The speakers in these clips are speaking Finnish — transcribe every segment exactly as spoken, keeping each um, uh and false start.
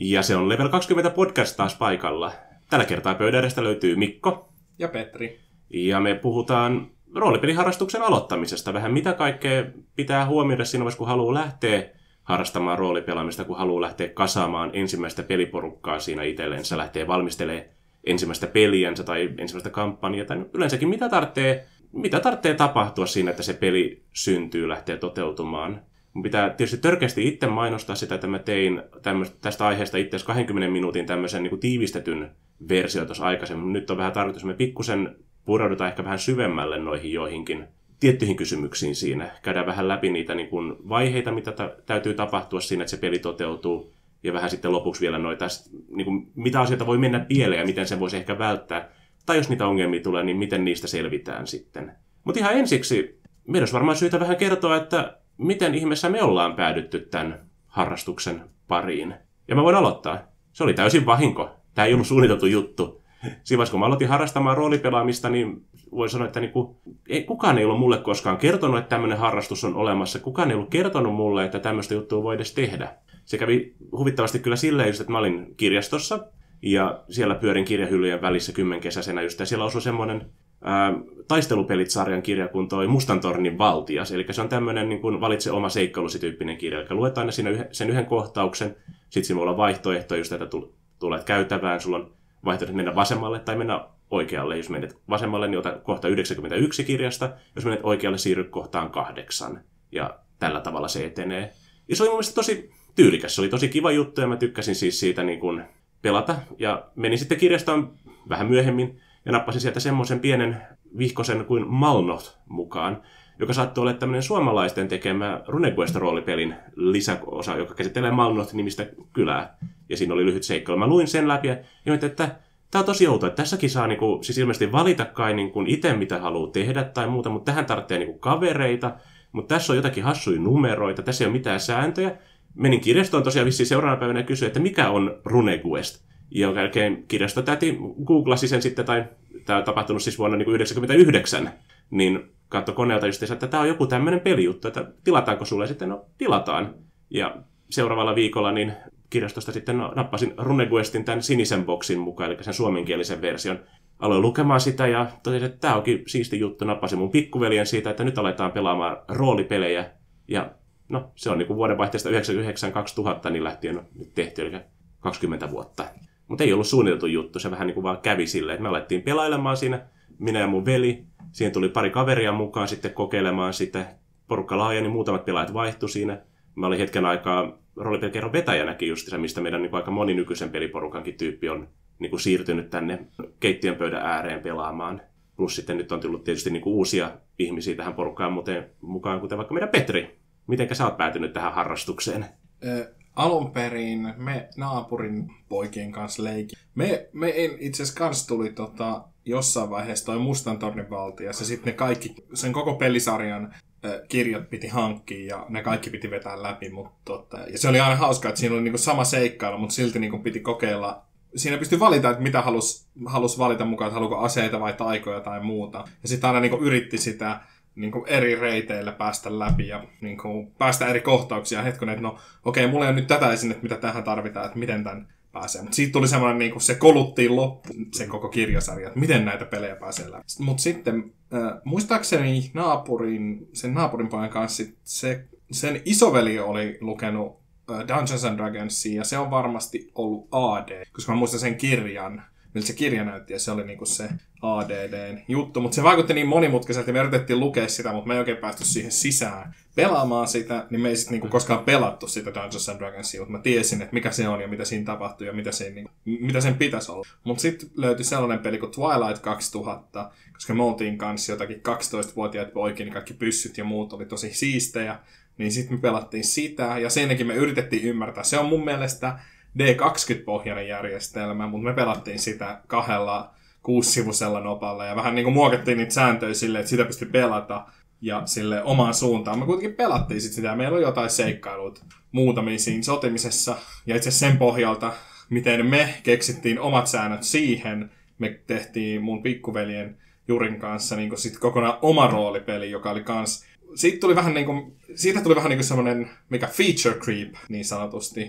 Ja se on Level kaksikymmentä podcast taas paikalla. Tällä kertaa pöydän edestä löytyy Mikko. Ja Petri. Ja me puhutaan roolipeliharrastuksen aloittamisesta. Vähän mitä kaikkea pitää huomioida siinä vaiheessa, kun haluaa lähteä harrastamaan roolipelaamista, kun haluaa lähteä kasaamaan ensimmäistä peliporukkaa siinä itsellensä, lähtee valmistelemaan ensimmäistä peliänsä tai ensimmäistä kampanjaa. Tai yleensäkin mitä tarvitsee, mitä tarvitsee tapahtua siinä, että se peli syntyy, lähtee toteutumaan. Mun pitää tietysti törkeästi itse mainostaa sitä, että mä tein tästä aiheesta itse asiassa kaksikymmentä minuutin tämmöisen niin kuin tiivistetyn versio tuossa aikaisemmin. Nyt on vähän tarkoitus, että me pikkusen pureudutaan ehkä vähän syvemmälle noihin joihinkin tiettyihin kysymyksiin siinä. Käydään vähän läpi niitä niin kuin vaiheita, mitä ta- täytyy tapahtua siinä, että se peli toteutuu. Ja vähän sitten lopuksi vielä noita, niin kuin, mitä asioita voi mennä pieleen ja miten sen voisi ehkä välttää. Tai jos niitä ongelmia tulee, niin miten niistä selvitään sitten. Mutta ihan ensiksi, meidän olisi varmaan syytä vähän kertoa, että miten ihmeessä me ollaan päädytty tämän harrastuksen pariin. Ja mä voin aloittaa. Se oli täysin vahinko. Tämä ei ollut suunniteltu juttu. Siinä vaiheessa, kun mä aloitin harrastamaan roolipelaamista, niin voi sanoa, että niinku, ei, kukaan ei ollut mulle koskaan kertonut, että tämmöinen harrastus on olemassa. Kukaan ei ollut kertonut mulle, että tämmöistä juttua voi edes tehdä. Se kävi huvittavasti kyllä silleen just, että mä olin kirjastossa ja siellä pyörin kirjahyllyjen välissä kymmenkesäisenä just, ja siellä osui semmoinen ää, taistelupelit-sarjan kirja kuin toi Mustantornin valtias. Eli se on tämmöinen niin kuin valitse oma seikkailusi-tyyppinen kirja. Eli luetaan aina siinä yhden, sen yhden kohtauksen, sitten sinulla on vaihtoehto, just että tulet käytävään, sulla on vaihtoehto mennä vasemmalle tai mennä oikealle. Jos menet vasemmalle, niin ota kohta yhdeksänkymmentäyksi kirjasta. Jos menet oikealle, siirry kohtaan kahdeksan. Ja tällä tavalla se etenee. Ja se oli mun mielestä tosi tyylikäs. Se oli tosi kiva juttu ja mä tykkäsin siis siitä niin kuin pelata. Ja menin sitten kirjastoon vähän myöhemmin ja nappasin sieltä semmoisen pienen vihkosen kuin Malnoth mukaan, joka saattoi olla tämmöinen suomalaisten tekemä RuneQuest-roolipelin lisäosa, joka käsittelee Malnoth-nimistä kylää. Ja siinä oli lyhyt seikkailu. Mä luin sen läpi ja mietin, että tämä on tosi outoa, että tässäkin saa niinku, siis ilmeisesti valita kai niinku itse, mitä haluaa tehdä tai muuta, mutta tähän tarvitsee niinku kavereita. Mutta tässä on jotakin hassuja numeroita, tässä ei ole mitään sääntöjä. Menin kirjastoon tosiaan vissiin seuraavana päivänä ja kysyin, että mikä on RuneQuest. Ja jälkeen kirjastotäti googlasi sen sitten, tai tämä on tapahtunut siis vuonna yhdeksänkymmentäyhdeksän, niin katsoi koneelta just, että tämä on joku tämmöinen pelijuttu, että tilataanko sulle, sitten no tilataan. Ja seuraavalla viikolla niin kirjastosta sitten no, nappasin RuneQuestin tämän sinisen boksin mukaan, eli sen suomenkielisen version. Aloin lukemaan sitä ja totesin, että tämä onkin siisti juttu. Nappasin mun pikkuveljen siitä, että nyt aletaan pelaamaan roolipelejä. Ja no, se on niin kuin vuodenvaihteesta yhdeksänkymmentäyhdeksän kaksituhatta niin lähtien no, nyt tehty, eli kaksikymmentä vuotta. Mutta ei ollut suunniteltu juttu, se vähän niin kuin vaan kävi silleen, että me alettiin pelailemaan siinä, minä ja mun veli. Siihen tuli pari kaveria mukaan sitten kokeilemaan sitä. Porukka laajeni, muutamat pelaajat vaihtui siinä. Mä olin hetken aikaa roolipelikerron vetäjänäkin just se, mistä meidän niin kuin aika moni nykyisen peliporukankin tyyppi on niin kuin siirtynyt tänne keittiön pöydän ääreen pelaamaan. Plus sitten nyt on tullut tietysti niin kuin uusia ihmisiä tähän porukkaan mukaan, kuten vaikka meidän Petri. Mitenkä sä oot päätynyt tähän harrastukseen? Ö, alun perin me naapurin poikien kanssa leikin. Me, me itse asiassa kanssa tuli tota, jossain vaiheessa toi Mustantornin valtias ja sitten ne kaikki, sen koko pelisarjan ö, kirjat piti hankkia ja ne kaikki piti vetää läpi. Mutta, tota, ja se oli aina hauskaa, että siinä oli niinku sama seikkailu, mutta silti niinku piti kokeilla. Siinä pystyi valita, että mitä halusi halus valita mukaan, että haluko aseita vai taikoja tai muuta. Ja sitten aina niinku yritti sitä niinku eri reiteillä päästä läpi ja niinku päästä eri kohtauksia. Hetkonen, että no okei, mulla ei ole nyt tätä esinettä, mitä tähän tarvitaan, että miten tämän pääsee. Mutta siitä tuli semmoinen, niinku, se koluttiin loppuun sen koko kirjasarja, että miten näitä pelejä pääsee läpi. Mutta sitten äh, muistaakseni naapurin, sen naapurin pojan kanssa se, sen isoveli oli lukenut Dungeons and Dragonsia, ja se on varmasti ollut A D, koska mä muistan sen kirjan, miltä se kirja näytti, ja se oli niinku se A D D:n juttu, mutta se vaikutti niin monimutkaiselta, että me yritettiin lukea sitä, mutta me ei oikein päästy siihen sisään pelaamaan sitä, niin me ei sitten niinku koskaan pelattu sitä Dungeons and Dragonsia, mutta mä tiesin, että mikä se on, ja mitä siinä tapahtuu, ja mitä, siinä, niinku, mitä sen pitäisi olla. Mutta sitten löytyi sellainen peli kuin Twilight kaksituhatta, koska me oltiin kanssa jotakin kaksitoistavuotiaat poikia, niin kaikki pyssyt ja muut oli tosi siistejä. Niin sitten me pelattiin sitä, ja senkin me yritettiin ymmärtää. Se on mun mielestä D kaksikymmentä-pohjainen järjestelmä, mutta me pelattiin sitä kahdella kuusissivuisella nopalla, ja vähän niin kuin muokattiin niitä sääntöjä silleen, että sitä pystyi pelata, ja sille omaan suuntaan. Me kuitenkin pelattiin sit sitä, ja meillä oli jotain seikkailuita muutamia siinä sotimisessa, ja itse sen pohjalta, miten me keksittiin omat säännöt siihen, me tehtiin mun pikkuveljen Jurin kanssa niin sit kokonaan oma roolipeli, joka oli kans siitä tuli vähän niin kuin, siitä tuli vähän niin kuin semmoinen, mikä feature creep niin sanotusti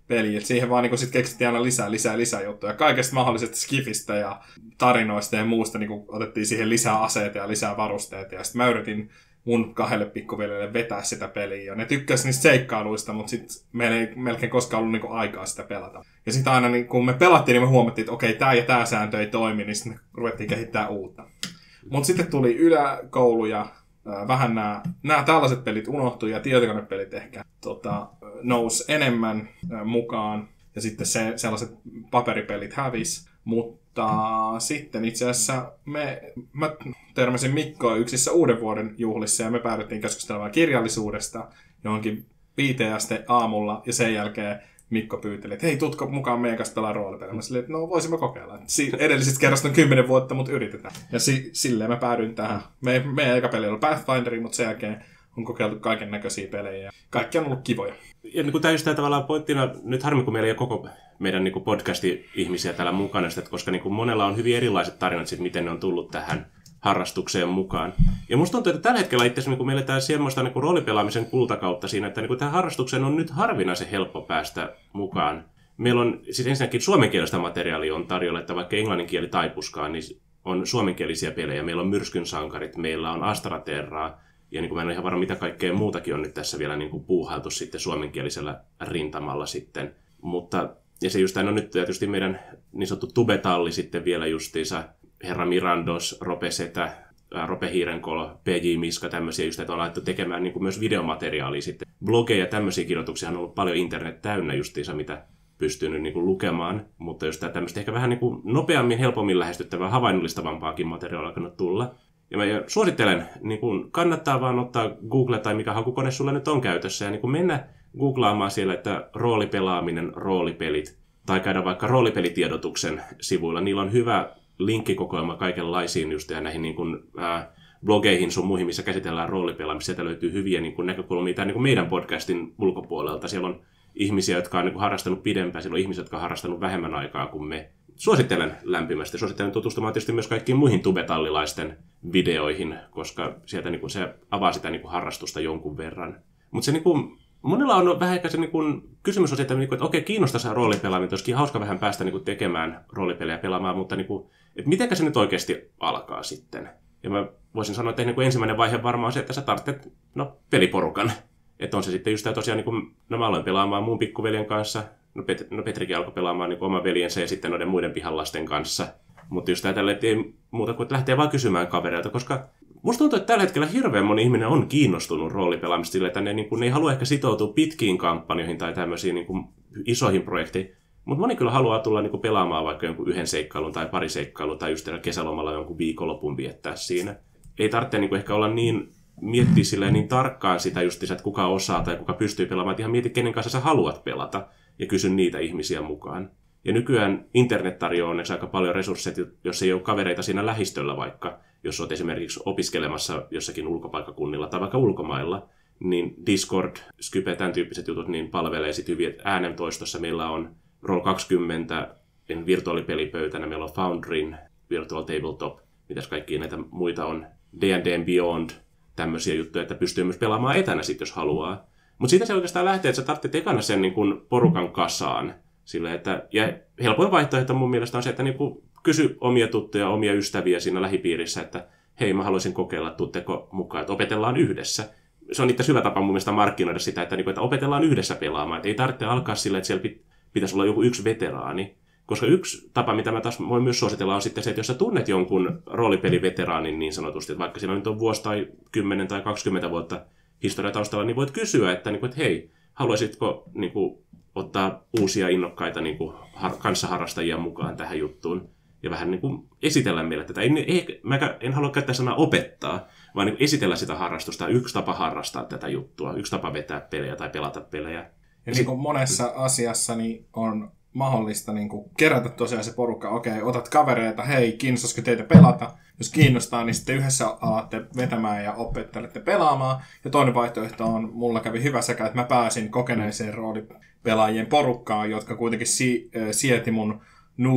peli. Et siihen vaan niin sit keksittiin aina lisää, lisää, lisää juttuja. Kaikesta mahdollisesta skifistä ja tarinoista ja muusta niin otettiin siihen lisää aseita ja lisää varusteita. Ja sitten mä yritin mun kahdelle pikkuveljelle vetää sitä peliä. Ja ne tykkäsivät niistä seikkailuista, mutta sitten meillä ei melkein koskaan ollut niin aikaa sitä pelata. Ja sitten aina niin kun me pelattiin, niin me huomattiin, että okei, tää ja tää sääntö ei toimi, niin sitten me ruvettiin kehittää uutta. Mutta sitten tuli yläkoulu ja äh, vähän nämä, nämä tällaiset pelit unohtui ja tietokonepelit ehkä tota, nousi enemmän äh, mukaan. Ja sitten se, sellaiset paperipelit hävisi. Mutta sitten itse asiassa me, mä törmäsin Mikkoa yksissä uuden vuoden juhlissa ja me päädyttiin keskustelemaan kirjallisuudesta johonkin viiteen asti aamulla ja sen jälkeen Mikko pyyteli, että hei, tutko mukaan meidän kanssa pelaa roolipeliä. Mä silleen, että no voisimme kokeilla. Edellisestä kerrasta on kymmenen vuotta, mutta yritetään. Ja si- silleen mä päädyin tähän. Me, meidän eka peli oli Pathfinderi, mutta sen jälkeen on kokeiltu kaiken näköisiä pelejä. Kaikki on ollut kivoja. Ja niin kuin tämä just tämä tavallaan pointtina, nyt harmi kun meillä ei ole koko meidän niin kuin podcasti-ihmisiä täällä mukana, koska niin kuin monella on hyvin erilaiset tarinat siitä, miten ne on tullut tähän harrastukseen mukaan. Ja musta tuntuu, että tällä hetkellä itse asiassa niin meillä tämä semmoista niin kuin roolipelaamisen kultakautta siinä, että niin kuin tähän harrastukseen on nyt harvinaisen helppo päästä mukaan. Meillä on siis ensinnäkin suomenkielistä materiaalia on tarjolla, että vaikka englannin kieli taipuskaan, niin on suomenkielisiä pelejä. Meillä on Myrskyn sankarit, meillä on Astraterraa, ja niin kuin mä en ole ihan varma, mitä kaikkea muutakin on nyt tässä vielä niin kuin puuhailtu sitten suomenkielisellä rintamalla sitten. Mutta, ja se just aina on nyt tietysti meidän niin sanottu tubetalli sitten vielä justiinsa, Herra Mirandos, Rope Setä, Rope Hiirenkolo, P J Miska, tämmöisiä just, että on laitettu tekemään niin kuin myös videomateriaalia sitten. Blogeja ja tämmöisiä kirjoituksia on ollut paljon internet täynnä justiinsa, mitä pystynyt niin kuin lukemaan, mutta just tämä tämmöistä ehkä vähän niin kuin nopeammin, helpommin lähestyttävää, havainnollistavaampaakin materiaalia alkanut tulla. Ja mä suosittelen, niin kun kannattaa vaan ottaa Google tai mikä hakukone sulla nyt on käytössä ja niin kun mennä googlaamaan siellä, että roolipelaaminen, roolipelit tai käydä vaikka roolipelitiedotuksen sivuilla. Niillä on hyvä linkkikokoelma kaikenlaisiin just ja näihin niin kun, ää, blogeihin sun muihin, missä käsitellään roolipelaamista. Sieltä löytyy hyviä niin kun näkökulmia tai niin kun meidän podcastin ulkopuolelta. Siellä on ihmisiä, jotka on niin kun harrastanut pidempään, siellä on ihmisiä, jotka on harrastanut vähemmän aikaa kuin me. Suosittelen lämpimästi. Suosittelen tutustumaan tietysti myös kaikkiin muihin tubetallilaisten videoihin, koska sieltä niin kuin se avaa sitä niin kuin harrastusta jonkun verran. Mutta se niin kuin, monella on vähän ehkä se niin kuin, kysymys on se, että, niin kuin, että okei, kiinnostaisi roolipelaaminen, olisikin hauska vähän päästä niin kuin, tekemään roolipelejä pelaamaan, mutta niin kuin, että mitenkä se nyt oikeasti alkaa sitten? Ja mä voisin sanoa, että niin kuin ensimmäinen vaihe varmaan on se, että sä tarvitset no, peliporukan. Että on se sitten just tämä tosiaan, niin kuin, no mä aloin pelaamaan mun pikkuveljen kanssa. No, Pet- no Petrikin alkoi pelaamaan niin oman veljensä ja sitten noiden muiden pihanlasten kanssa. Mutta just tällä, että ei muuta kuin että lähtee vaan kysymään kavereilta, koska musta tuntuu, että tällä hetkellä hirveän moni ihminen on kiinnostunut roolipelaamista sille, että ne, niin kuin, ne ei halua ehkä sitoutua pitkiin kampanjoihin tai tämmöisiin niin kuin, isoihin projekteihin. Mutta moni kyllä haluaa tulla niin kuin, pelaamaan vaikka jonkun yhden seikkailun tai pari seikkailun tai just kesälomalla jonkun viikonlopun viettää siinä. Ei tarvitse niin kuin, ehkä olla niin miettiä silleen niin tarkkaan sitä just, että kuka osaa tai kuka pystyy pelaamaan. Että ihan mieti, kenen kanssa sä haluat pelata. Ja kysyn niitä ihmisiä mukaan. Ja nykyään internet tarjoaa onneksi aika paljon resursseja, jos ei ole kavereita siinä lähistöllä vaikka, jos olet esimerkiksi opiskelemassa jossakin ulkopaikkakunnilla tai vaikka ulkomailla, niin Discord, Skype, tämän tyyppiset jutut niin palvelee sitten hyvin, että äänentoistossa meillä on Roll kaksikymmentä, virtuaalipelipöytänä, meillä on Foundryn, Virtual Tabletop, mitäs kaikkia näitä muita on, D and D Beyond, tämmöisiä juttuja, että pystyy myös pelaamaan etänä sitten, jos haluaa. Mutta siitä se oikeastaan lähtee, että sä tarvitset ekana sen niin kun porukan kasaan. Sille, että, ja helpoin vaihtoehto mun mielestä on se, että niin kun kysy omia tuttuja, omia ystäviä siinä lähipiirissä, että hei, mä haluaisin kokeilla, tuutteko mukaan, että opetellaan yhdessä. Se on itse hyvä tapa mun mielestä markkinoida sitä, että, niin kun, että opetellaan yhdessä pelaamaan. Että ei tarvitse alkaa sillä, että siellä pitäisi olla joku yksi veteraani. Koska yksi tapa, mitä mä taas voin myös suositella, on sitten se, että jos sä tunnet jonkun roolipeliveteraanin niin sanotusti, että vaikka siinä nyt on vuosi tai kymmenen tai kaksikymmentä vuotta historiataustalla, niin voit kysyä, että, että hei, haluaisitko niin kuin, ottaa uusia innokkaita niin kuin, har- kanssaharrastajia mukaan tähän juttuun ja vähän niin kuin, esitellä meille tätä. Ei, ei, mä en halua käyttää sanaa opettaa, vaan niin kuin, esitellä sitä harrastusta. Yksi tapa harrastaa tätä juttua, yksi tapa vetää pelejä tai pelata pelejä. Ja, ja niin kuin monessa asiassa niin on mahdollista niin kuin kerätä tosiaan se porukka. Okei, otat kavereita, hei, kiinnostaisiko teitä pelata? Jos kiinnostaa, niin sitten yhdessä alatte vetämään ja opettelette pelaamaan. Ja toinen vaihtoehto on, mulla kävi hyvä sekä, että mä pääsin kokeneeseen roolipelaajien porukkaan, jotka kuitenkin si- sieti mun noob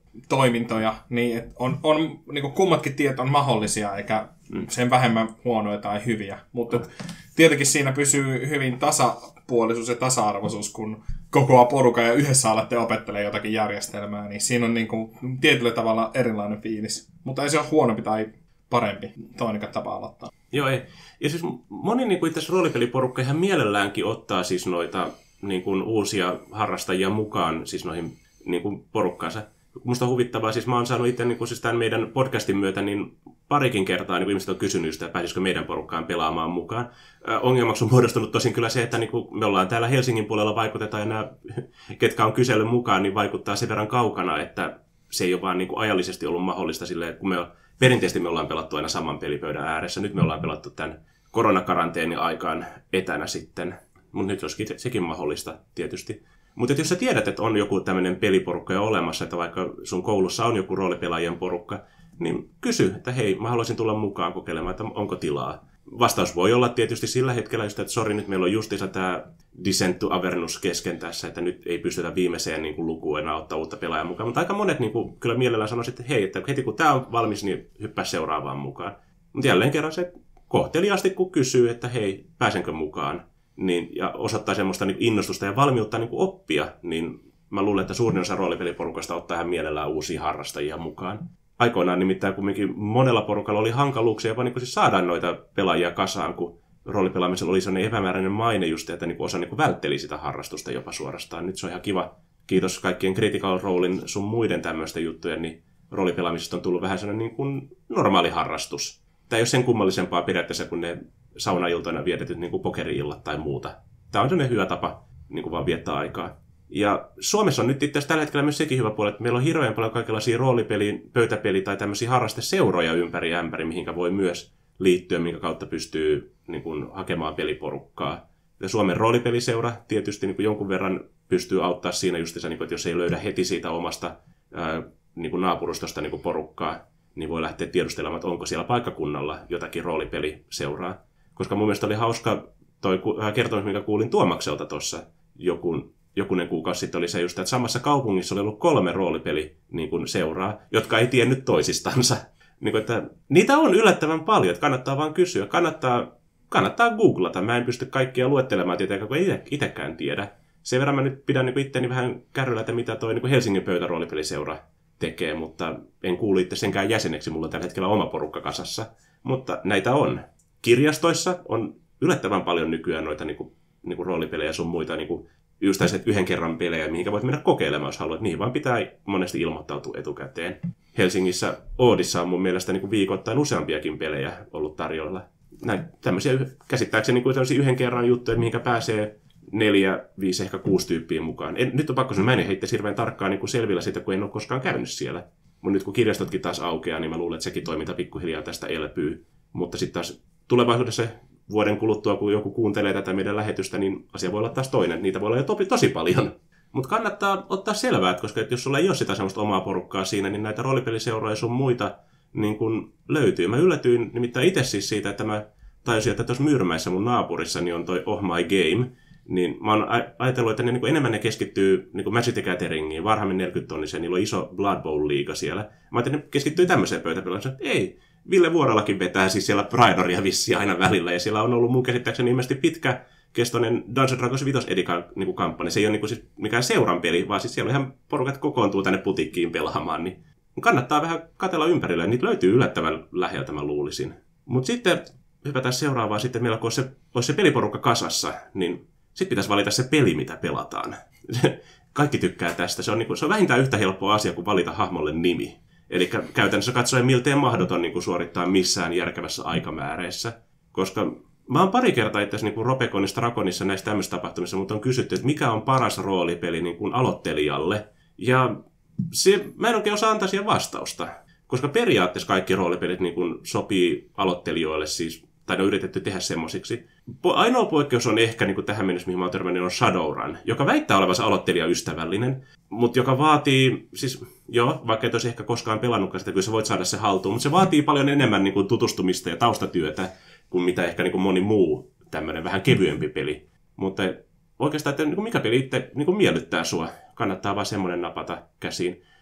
toimintoja, niin et on, on niin kuin kummatkin tiet on mahdollisia, eikä mm. sen vähemmän huonoja tai hyviä. Mutta mm. tietenkin siinä pysyy hyvin tasapuolisuus ja tasa-arvoisuus, kun kokoaa porukan ja yhdessä alatte opettelee jotakin järjestelmää, niin siinä on niin kuin tietyllä tavalla erilainen fiilis. Mutta ei se ole huonompi tai parempi toinen tapa aloittaa. Joo, ei. Ja siis moni niin kuin itse asiassa roolipeliporukka ihan mielelläänkin ottaa siis noita niin kuin uusia harrastajia mukaan siis noihin niin kuin porukkaansa. Musta on huvittavaa, siis mä oon saanut itse niin kuin siis tämän meidän podcastin myötä niin parikin kertaa niin kuin ihmiset on kysynyt sitä, pääsisikö meidän porukkaan pelaamaan mukaan. Ä, ongelmaksi on muodostunut tosin kyllä se, että niin kuin me ollaan täällä Helsingin puolella vaikutetaan ja nämä, ketkä on kysely mukaan, niin vaikuttaa sen verran kaukana, että se ei ole vaan niin kuin ajallisesti ollut mahdollista silleen, kun me perinteisesti me ollaan pelattu aina saman pelipöydän ääressä. Nyt me ollaan pelattu tämän koronakaranteenin aikaan etänä sitten. Mutta nyt olisikin sekin mahdollista tietysti. Mutta jos sä tiedät, että on joku tämmöinen peliporukka jo olemassa, että vaikka sun koulussa on joku roolipelaajien porukka, niin kysy, että hei, mä haluaisin tulla mukaan kokeilemaan, että onko tilaa. Vastaus voi olla tietysti sillä hetkellä, just, että sori, nyt meillä on justiinsa tämä Descent to Avernus kesken tässä, että nyt ei pystytä viimeiseen niin kuin, lukuun enää ottaa uutta pelaajaa mukaan. Mutta aika monet niin kuin, kyllä mielellään sanoo sitten, että hei, että heti kun tämä on valmis, niin hyppää seuraavaan mukaan. Mutta jälleen kerran se kohteliaasti, kun kysyy, että hei, pääsenkö mukaan, niin, ja osoittaa semmoista niin innostusta ja valmiutta niin kuin oppia, niin mä luulen, että suurin osa roolipeliporukasta ottaa ihan mielellään uusia harrastajia mukaan. Aikoinaan nimittäin kumminkin monella porukalla oli hankaluuksia jopa niin kuin siis saada noita pelaajia kasaan, kun roolipelaamisella oli sellainen epämääräinen maine just, että niin kuin osa niin kuin vältteli sitä harrastusta jopa suorastaan. Nyt se on ihan kiva. Kiitos kaikkien Critical Rolein sun muiden tämmöisten juttujen, niin roolipelaamisesta on tullut vähän sellainen niin kuin normaali harrastus. Tämä ei ole sen kummallisempaa periaatteessa kuin ne saunailtoina vietetyt niin kuin pokeri-illat tai muuta. Tämä on sellainen hyvä tapa niin kuin vaan viettää aikaa. Ja Suomessa on nyt itse asiassa tällä hetkellä myös sekin hyvä puoli, että meillä on hirveän paljon kaikenlaisia roolipeli, pöytäpeli tai tämmöisiä harrasteseuroja ympäri ämpäri, mihinkä voi myös liittyä, minkä kautta pystyy niin kuin, hakemaan peliporukkaa. Ja Suomen roolipeliseura tietysti niin kuin jonkun verran pystyy auttaa siinä justiinsa, niin kuin, että jos ei löydä heti siitä omasta ää, niin kuin naapurustosta niin kuin porukkaa, niin voi lähteä tiedustelemaan, että onko siellä paikkakunnalla jotakin roolipeliseuraa. Koska mun mielestä oli hauska toi kertomus, minkä kuulin Tuomakselta tuossa joku, jokunen kuukausi sitten, oli se just, että samassa kaupungissa oli ollut kolme roolipeli niin kuin seuraa, jotka ei tiennyt toisistansa. Niin kuin, että niitä on yllättävän paljon, että kannattaa vaan kysyä. Kannattaa, kannattaa googlata. Mä en pysty kaikkia luettelemaan tietenkään, kun ei itsekään tiedä. Sen verran mä nyt pidän niin itseäni vähän kärryllä, että mitä toi niin Helsingin pöytäroolipeliseura tekee, mutta en kuulu itse senkään jäseneksi. Mulla on tällä hetkellä oma porukka kasassa. Mutta näitä on. Kirjastoissa on yllättävän paljon nykyään noita niin kuin, niin kuin roolipelejä sun muita niin kuin just tällaiset yhden kerran pelejä, mihinkä voit mennä kokeilemaan, jos haluat. Niihin vaan pitää monesti ilmoittautua etukäteen. Helsingissä Oodissa on mun mielestä niin kuin viikoittain useampiakin pelejä ollut tarjolla. Näin, tämmöisiä käsittääkseni niin tämmöisiä yhden kerran juttuja, mihinkä pääsee neljä, viisi, ehkä kuusi tyyppiä mukaan. En, nyt on pakko sanoa, mä en heittäisi hirveän tarkkaan niin kuin selvillä siitä, kun en ole koskaan käynyt siellä. Mutta nyt kun kirjastotkin taas aukeaa, niin mä luulen, että sekin toiminta pikkuhiljaa tästä elpyy. Mutta sitten taas tulevaisuudessa vuoden kuluttua, kun joku kuuntelee tätä meidän lähetystä, niin asia voi olla taas toinen. Niitä voi olla jo tosi, tosi paljon. Mutta kannattaa ottaa selvää, koska jos sulla ei ole sitä semmoista omaa porukkaa siinä, niin näitä roolipeliseuroja sun muita niin kun löytyy. Mä yllätyin nimittäin itse siis siitä, että mä tajusin, että tuossa Myyrmäessä mun naapurissa niin on toi Oh My Game. Niin mä oon ajatellut, että ne, niin enemmän ne keskittyy niin Magic the Gatheringiin, varhaimmin neljäkymmentä-tonniseen, niillä on iso Blood Bowl-liiga siellä. Mä ajattelin, että ne keskittyy tämmöiseen pöytäpelaan. Ei, Ville Vuorellakin vetää siis siellä Pridoria vissiin aina välillä, ja siellä on ollut mun käsittääkseni ilmeisesti pitkäkestoinen Dungeons and Dragons viisi edikan niin kampanja. Se ei ole niin kuin, siis mikään seuran peli, vaan siis siellä ihan porukat kokoontuu tänne putikkiin pelaamaan, niin kannattaa vähän katsella ympärillä, niitä löytyy yllättävän läheltä, mä luulisin. Mutta sitten hypätään seuraavaan, sitten meillä kun olisi se, olisi se peliporukka kasassa, niin sitten pitäisi valita se peli, mitä pelataan. Kaikki tykkää tästä. Se on, niin kuin, se on vähintään yhtä helppo asia kuin valita hahmolle nimi. Eli käytännössä katsoen miltei mahdoton niin kuin suorittaa missään järkevässä aikamääreissä. Koska mä oon pari kertaa itse asiassa niin Ropeconissa, Dragonissa näissä tämmöisissä tapahtumissa, mutta on kysytty, että mikä on paras roolipeli niin kuin aloittelijalle. Ja se, mä en oikein osaa antaa siihen vastausta. Koska periaatteessa kaikki roolipelit niin kuin sopii aloittelijoille siis, tai ne on yritetty tehdä semmosiksi. Ainoa poikkeus on ehkä niin kuin tähän mennessä, mihin mä oon törmännyt, on Shadowrun, joka väittää olevansa aloittelijaystävällinen, mutta joka vaatii, siis joo, vaikka et olisi ehkä koskaan pelannutkaan sitä, kyllä sä voit saada se haltuun, mutta se vaatii paljon enemmän niin kuin tutustumista ja taustatyötä kuin mitä ehkä niin kuin moni muu tämmöinen vähän kevyempi peli. Mutta oikeastaan, että niin kuin mikä peli itse niin kuin miellyttää sua, kannattaa vaan semmoinen napata käsiin.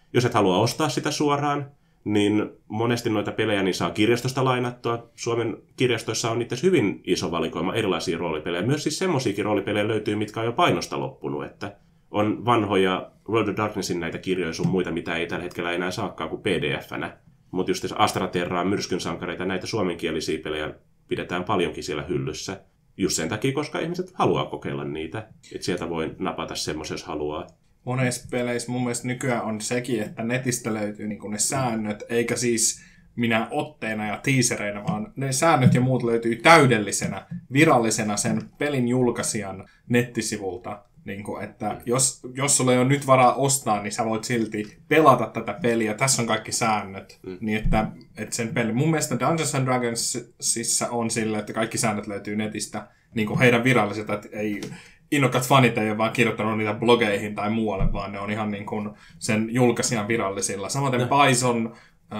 Jos et halua ostaa sitä suoraan, niin monesti noita pelejä niin saa kirjastosta lainattua. Suomen kirjastoissa on itse hyvin iso valikoima erilaisia roolipelejä. Myös siis semmoisiakin roolipelejä löytyy, mitkä on jo painosta loppunut. Että on vanhoja World of Darknessin näitä kirjoja sun muita, mitä ei tällä hetkellä enää saakaan kuin P D F-nä. Mutta just Astra Terraa, Myrskyn sankareita, näitä suomenkielisiä pelejä pidetään paljonkin siellä hyllyssä. Just sen takia, koska ihmiset haluaa kokeilla niitä. Että sieltä voi napata semmoisen, jos haluaa. Monessa peleissä mun mielestä nykyään on sekin, että netistä löytyy niin kuin ne säännöt, eikä siis minä otteena ja teasereinä, vaan ne säännöt ja muut löytyy täydellisenä, virallisena sen pelin julkaisijan nettisivulta. Niin kuin, että jos, jos sulla ei ole nyt varaa ostaa, niin sä voit silti pelata tätä peliä. Tässä on kaikki säännöt. Mm. Niin että, että sen peli. Mun mielestä Dungeons and Dragonsissa on sillä, että kaikki säännöt löytyy netistä. Niin kuin heidän viralliset, että ei... Innokkaat fanit ei ole vaan kirjoittanut niitä blogeihin tai muualle, vaan ne on ihan niin kuin sen julkaisijan virallisilla. Samaten no. Bison,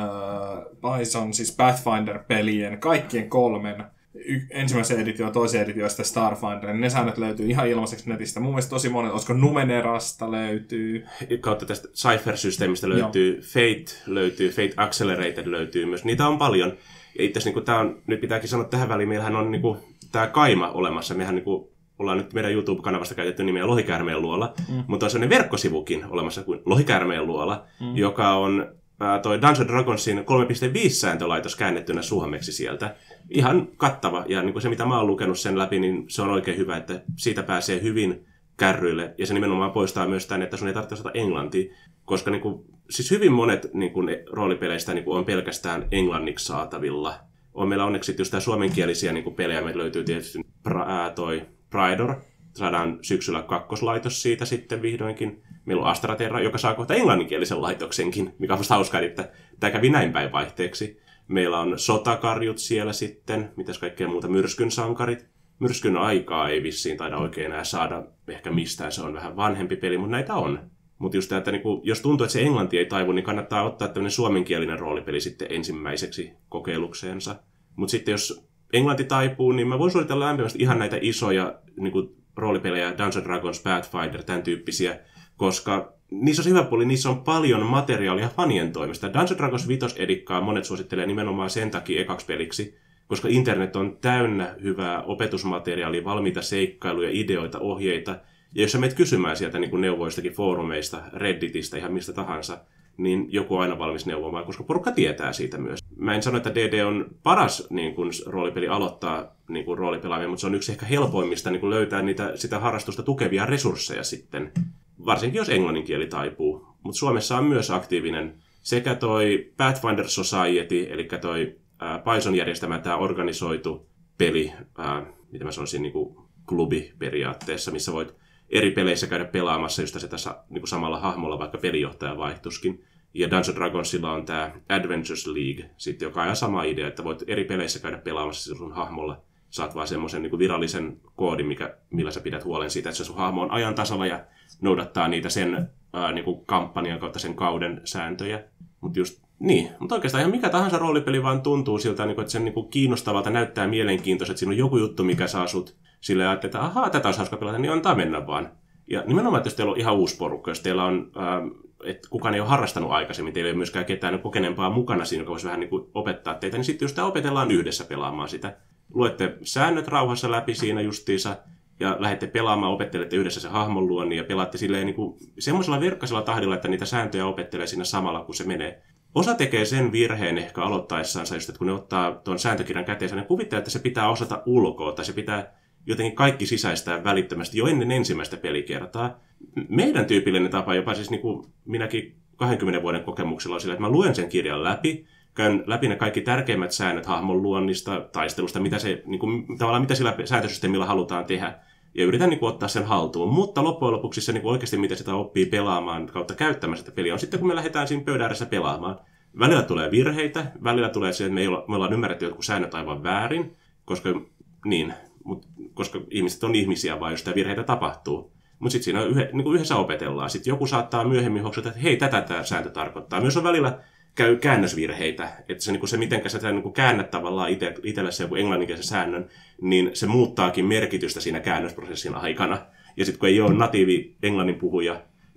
äh, Bison, siis Pathfinder-pelien, kaikkien kolmen, y- ensimmäisen edition ja toisen edition ja sitten Starfinder, niin ne säännöt löytyy ihan ilmaiseksi netistä. Mun mielestä tosi monet, olisiko Numenerasta löytyy. Kautta tästä Cypher-systeemistä löytyy, no. Fate löytyy, Fate Accelerated löytyy myös. Niitä on paljon. Ja itse asiassa niin tämä on, nyt pitääkin sanoa tähän väliin, meillähän on niin kuin, tämä kaima olemassa. Mehän niin kuin, ollaan nyt meidän YouTube-kanavasta käytetty nimeä Lohikäärmeen luola, mm. mutta on sellainen verkkosivukin olemassa kuin Lohikäärmeen luola, mm. joka on ää, toi Dungeons Dragonsin kolme piste viisi sääntölaitos käännettynä suomeksi sieltä. Ihan kattava, ja niin kuin se mitä mä oon lukenut sen läpi, niin se on oikein hyvä, että siitä pääsee hyvin kärryille, ja se nimenomaan poistaa myös tämän, että sun ei tarvitse osata englantia, koska niin kuin, siis hyvin monet niin kuin, roolipeleistä niin kuin, on pelkästään englanniksi saatavilla. On meillä onneksi just tämä suomenkielisiä niin kuin, pelejä, meillä löytyy tietysti ää, toi Pridor. Saadaan syksyllä kakkoslaitos siitä sitten vihdoinkin. Meillä on Astra Terra, joka saa kohta englanninkielisen laitoksenkin, mikä on hauskaa, että tämä kävi näin päin vaihteeksi. Meillä on sotakarjut siellä sitten, mitäs kaikkea muuta, Myrskyn sankarit. Myrskyn aikaa ei vissiin taida oikein enää saada ehkä mistään, se on vähän vanhempi peli, mutta näitä on. Mutta just tämä, että niinku, jos tuntuu, että se englanti ei taivu, niin kannattaa ottaa tämmöinen suomenkielinen roolipeli sitten ensimmäiseksi kokeilukseensa. Mutta sitten jos englanti taipuu, niin mä voin suositella lämpimästi ihan näitä isoja niin kuin roolipelejä, Dungeons Dragons, Pathfinder, tämän tyyppisiä, koska niissä on se hyvä puoli, niissä on paljon materiaalia fanien toimesta. Dungeons Dragons viitosedikkaa monet suosittelee nimenomaan sen takia ekaksi peliksi, koska internet on täynnä hyvää opetusmateriaalia, valmiita seikkailuja, ideoita, ohjeita, ja jos sä menet kysymään sieltä niin kuin neuvoistakin foorumeista, Redditistä, ihan mistä tahansa, niin joku on aina valmis neuvomaan, koska porukka tietää siitä myös. Mä en sano, että D D on paras niin kun, roolipeli aloittaa niin kun, roolipelaamia, mutta se on yksi ehkä helpoimmista niin kun löytää niitä, sitä harrastusta tukevia resursseja sitten, varsinkin jos englannin kieli taipuu. Mutta Suomessa on myös aktiivinen sekä toi Pathfinder Society, eli toi ää, Bison järjestämä tämä organisoitu peli, ää, mitä mä sanoisin, niin kuin klubi periaatteessa, missä voit eri peleissä käydä pelaamassa just sitä niin kuin samalla hahmolla, vaikka pelijohtaja vaihtuskin. Ja Dungeons Dragonsilla on tämä Adventures League, sit, joka on ihan sama idea, että voit eri peleissä käydä pelaamassa sun hahmolla. Saat vaan semmoisen niin kuin virallisen koodin, mikä, millä sä pidät huolen siitä, että se sun hahmo on ajan tasalla ja noudattaa niitä sen ää, niin kuin kampanjan kautta sen kauden sääntöjä. Mutta just niin, mutta oikeastaan ihan mikä tahansa roolipeli vaan tuntuu siltä, että sen niin kuin kiinnostavalta näyttää mielenkiintoista, että siinä on joku juttu, mikä saa sut silleen, että ahaa, tätä olisi hauska pelata, niin antaa mennä vaan. Ja nimenomaan, että jos teillä on ihan uusi porukka, jos teillä on, ää, että kukaan ei ole harrastanut aikaisemmin, teillä ei ole myöskään ketään kokeneempaa mukana siinä, joka voisi vähän niin kuin opettaa teitä, niin sitten just tämä opetellaan yhdessä pelaamaan sitä. Luette säännöt rauhassa läpi siinä justiinsa, ja lähdette pelaamaan, opettelette yhdessä se hahmon luonni, ja pelaatte silleen niin kuin semmoisella verkkaisella tahdilla, että niitä sääntöjä opettelee siinä samalla, kun se menee. Osa tekee sen virheen ehkä aloittaessansa, just, että kun ne ottaa tuon sääntökirjan käteensä, ne kuvittelee, että se pitää osata ulkoa, tai se pitää jotenkin kaikki sisäistää välittömästi jo ennen ensimmäistä pelikertaa. Meidän tyypillinen tapa, jopa siis niin kuin minäkin kahdenkymmenen vuoden kokemuksella on sillä, että mä luen sen kirjan läpi, käyn läpi ne kaikki tärkeimmät säännöt hahmon luonnista, taistelusta, mitä, se, niin kuin, tavallaan mitä sillä sääntösysteemillä halutaan tehdä, ja yritän niin kuin, ottaa sen haltuun. Mutta loppujen lopuksi se niin kuin, oikeasti, mitä sitä oppii pelaamaan kautta käyttämään sitä peliä, on sitten, kun me lähdetään siinä pöydän ääressä pelaamaan. Välillä tulee virheitä, välillä tulee se, että me, ei olla, me ollaan ymmärretty jotkut säännöt aivan väärin, koska, niin, mut, koska ihmiset on ihmisiä, vaan jos sitä virheitä tapahtuu. Mutta sitten siinä yhe, niin kuin yhdessä opetellaan. Sitten joku saattaa myöhemmin hoksata, että hei, tätä tämä sääntö tarkoittaa. Myös on välillä käy käännösvirheitä, että se, niin kuin se miten sä niin kuin käännät tavallaan ite, itsellesi joku englanninkielisen säännön, niin se muuttaakin merkitystä siinä käännösprosessin aikana. Ja sitten kun ei ole natiivi englannin puhuja,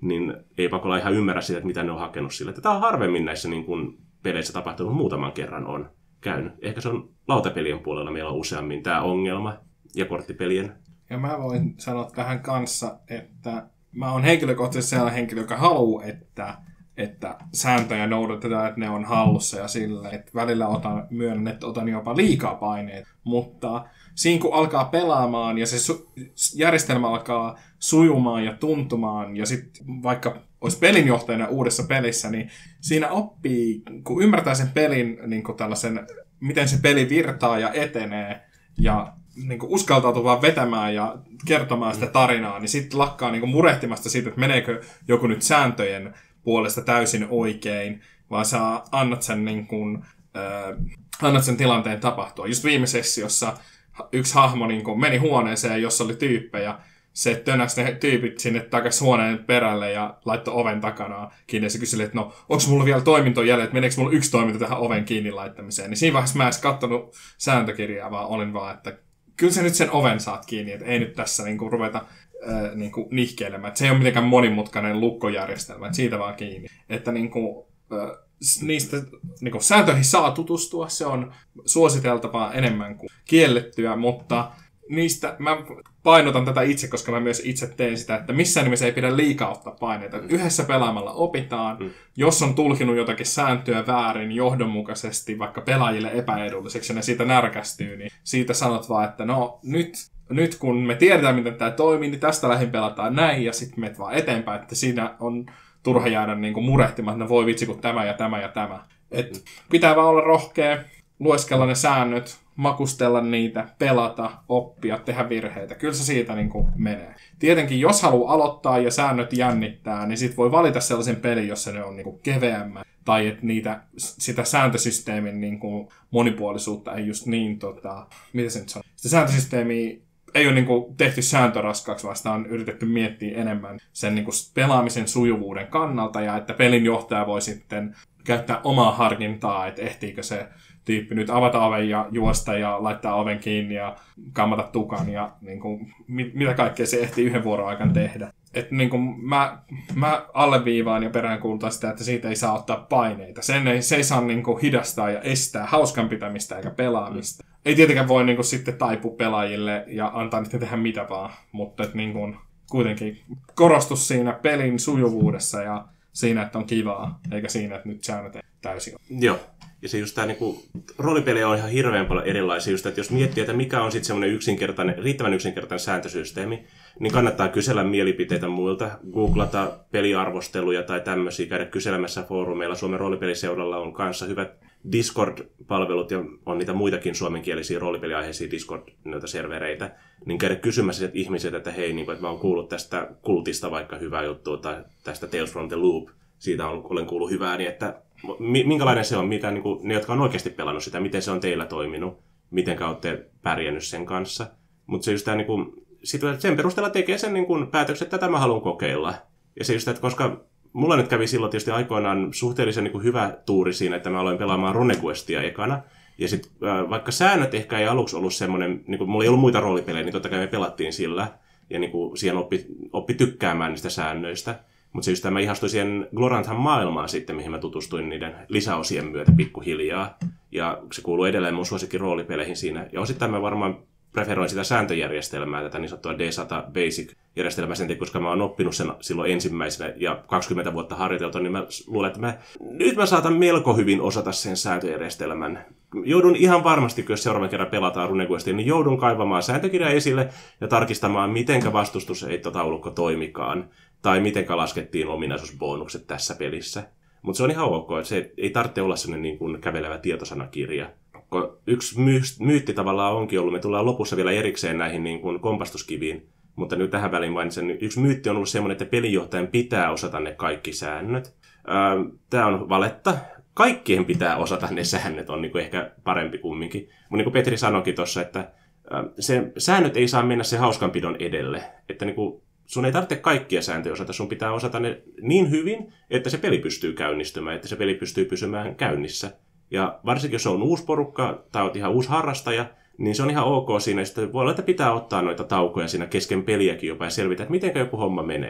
niin ei pakolla ihan ymmärrä sitä, että mitä ne on hakenut sille. Tämä on harvemmin näissä niin kuin peleissä tapahtunut, muutaman kerran on käynyt. Ehkä se on lautapelien puolella meillä on useammin tämä ongelma ja korttipelien. Ja mä voin sanoa tähän kanssa, että mä oon henkilökohtaisesti sellainen henkilö, joka haluaa, että, että sääntöjä noudatetaan, että ne on hallussa ja silleen, että välillä otan, myönnän, että otan jopa liikaa paineita, mutta siinä kun alkaa pelaamaan ja se su- järjestelmä alkaa sujumaan ja tuntumaan ja sitten vaikka olisi pelinjohtajana uudessa pelissä, niin siinä oppii, kun ymmärtää sen pelin niin kuin tällaisen, miten se peli virtaa ja etenee ja niin kuin uskaltautuu vaan vetämään ja kertomaan sitä tarinaa, niin sitten lakkaa niin kuin murehtimasta siitä, että meneekö joku nyt sääntöjen puolesta täysin oikein, vaan sä annat sen, niin kuin, äh, annat sen tilanteen tapahtua. Just viime sessiossa yksi hahmo niin kuin meni huoneeseen, jossa oli tyyppejä, se tönäsi ne tyypit sinne takaisin huoneen perälle ja laittoi oven takana kiinni. Ja se kysyi, että no, onko mulla vielä toimintoja jäljellä, että meneekö mulla yksi toiminto tähän oven kiinni laittamiseen. Niin siinä vaiheessa mä en edes katsonut sääntökirjaa, vaan olin vaan, että kyllä sä nyt sen oven saat kiinni, että ei nyt tässä niinku ruveta äh, niinku nihkeilemään. Että se ei ole mitenkään monimutkainen lukkojärjestelmä, että siitä vaan kiinni. Että niinku, äh, niistä niinku, sääntöihin saa tutustua, se on suositeltavaa enemmän kuin kiellettyä, mutta niistä mä painotan tätä itse, koska mä myös itse teen sitä, että missään nimessä ei pidä liikaa ottaa paineita. Yhdessä pelaamalla opitaan. Mm. Jos on tulkinut jotakin sääntöä väärin johdonmukaisesti, vaikka pelaajille epäedulliseksi ja ne siitä närkästyy, niin siitä sanot vaan, että no nyt, nyt kun me tiedetään, miten tämä toimii, niin tästä lähin pelataan näin ja sitten menet vaan eteenpäin, että siinä on turha jäädä niin kuin murehtimaan, että no voi vitsi, kun tämä ja tämä ja tämä. Et pitää vaan olla rohkea, lueskella ne säännöt, makustella niitä, pelata, oppia, tehdä virheitä. Kyllä se siitä niin kuin menee. Tietenkin, jos haluaa aloittaa ja säännöt jännittää, niin sit voi valita sellaisen pelin, jossa ne on niin kuin keveämmät. Tai että niitä, sitä sääntösysteemin niin kuin monipuolisuutta ei just niin, tota, miten se nyt sanoo? Sitä sääntösysteemiä ei ole niin kuin tehty sääntöraskaaksi, vaan sitä on yritetty miettiä enemmän sen niin kuin pelaamisen sujuvuuden kannalta, ja että pelinjohtaja voi sitten käyttää omaa harkintaa, että ehtiikö se tyyppi nyt avata oven ja juosta ja laittaa oven kiinni ja kammata tukan ja niin kuin, mit, mitä kaikkea se ehtii yhden vuoron aikana tehdä. Et, niin kuin, mä, mä alleviivaan ja peräänkuulutan sitä, että siitä ei saa ottaa paineita. Sen ei, se ei saa niin kuin, hidastaa ja estää hauskan pitämistä eikä pelaamista. Mm. Ei tietenkään voi niin kuin, sitten taipua pelaajille ja antaa niitä tehdä mitä vaan, mutta et, niin kuin, kuitenkin korostus siinä pelin sujuvuudessa ja siinä, että on kivaa, eikä siinä, että nyt säännöt ei täysin ole. Joo. Ja se just tämä niinku, roolipelejä on ihan hirveän paljon erilaisia. Just, että jos miettii, että mikä on sitten semmoinen yksinkertainen, riittävän yksinkertainen sääntösysteemi, niin kannattaa kysellä mielipiteitä muilta, googlata peliarvosteluja tai tämmöisiä, käydä kyselemässä foorumeilla. Suomen roolipeliseuralla on kanssa hyvät Discord-palvelut ja on niitä muitakin suomenkielisiä roolipeliaiheisia Discord-servereitä. Niin käydä kysymässä ihmisiltä, että hei, niin kuin, että mä oon kuullut tästä kultista vaikka hyvää juttua tai tästä Tales from the Loop. Siitä on, olen kuullut hyvää, niin että minkälainen se on, mitä, niin kuin, ne, jotka on oikeasti pelannut sitä, miten se on teillä toiminut, miten olette pärjännyt sen kanssa. Mutta se just tämä, niin kuin, sen perusteella tekee sen niin kuin, päätöksen, että tätä mä haluan kokeilla. Ja se just, että koska mulla nyt kävi silloin tietysti aikoinaan suhteellisen niin kuin, hyvä tuuri siinä, että mä aloin pelaamaan RuneQuestia ekana. Ja sitten vaikka säännöt ehkä ei aluksi ollut semmoinen, niin kuin, mulla ei ollut muita roolipelejä, niin totta kai me pelattiin sillä. Ja niin kuin, siihen oppi, oppi tykkäämään niistä säännöistä. Mutta se just tämä ihastui siihen Gloranthan maailmaan sitten, mihin mä tutustuin niiden lisäosien myötä pikkuhiljaa. Ja se kuuluu edelleen mun suosikki roolipeleihin siinä. Ja osittain mä varmaan preferoin sitä sääntöjärjestelmää, tätä niin sanottua D sata Basic-järjestelmää sen, koska mä oon oppinut sen silloin ensimmäisenä ja kaksikymmentä vuotta harjoiteltu, niin mä luulen, että mä, nyt mä saatan melko hyvin osata sen sääntöjärjestelmän. Joudun ihan varmasti, jos seuraavan kerran pelataan RuneQuestia, niin joudun kaivamaan sääntökirjaa esille ja tarkistamaan, mitenkä vastustusheittotaulukko toimikaan. Tai miten laskettiin ominaisuusbonukset tässä pelissä. Mutta se on ihan ok, että se ei tarvitse olla sellainen niin kuin kävelevä tietosanakirja. Yksi myytti tavallaan onkin ollut, me tullaan lopussa vielä erikseen näihin niin kuin kompastuskiviin, mutta nyt tähän väliin mainitsen, yksi myytti on ollut semmoinen, että pelinjohtajan pitää osata ne kaikki säännöt. Tämä on valetta. Kaikkien pitää osata ne säännöt, on niin kuin ehkä parempi kumminkin. Mutta niin kuin Petri sanoikin tuossa, että se säännöt ei saa mennä se hauskanpidon edelle. Että niin kuin sun ei tarvitse kaikkia sääntöjä osata, sun pitää osata ne niin hyvin, että se peli pystyy käynnistymään, että se peli pystyy pysymään käynnissä. Ja varsinkin jos se on uusi porukka tai olet ihan uusi harrastaja, niin se on ihan ok siinä. Sitten voi olla, että pitää ottaa noita taukoja siinä kesken peliäkin jopa ja selvitä, että miten joku homma menee.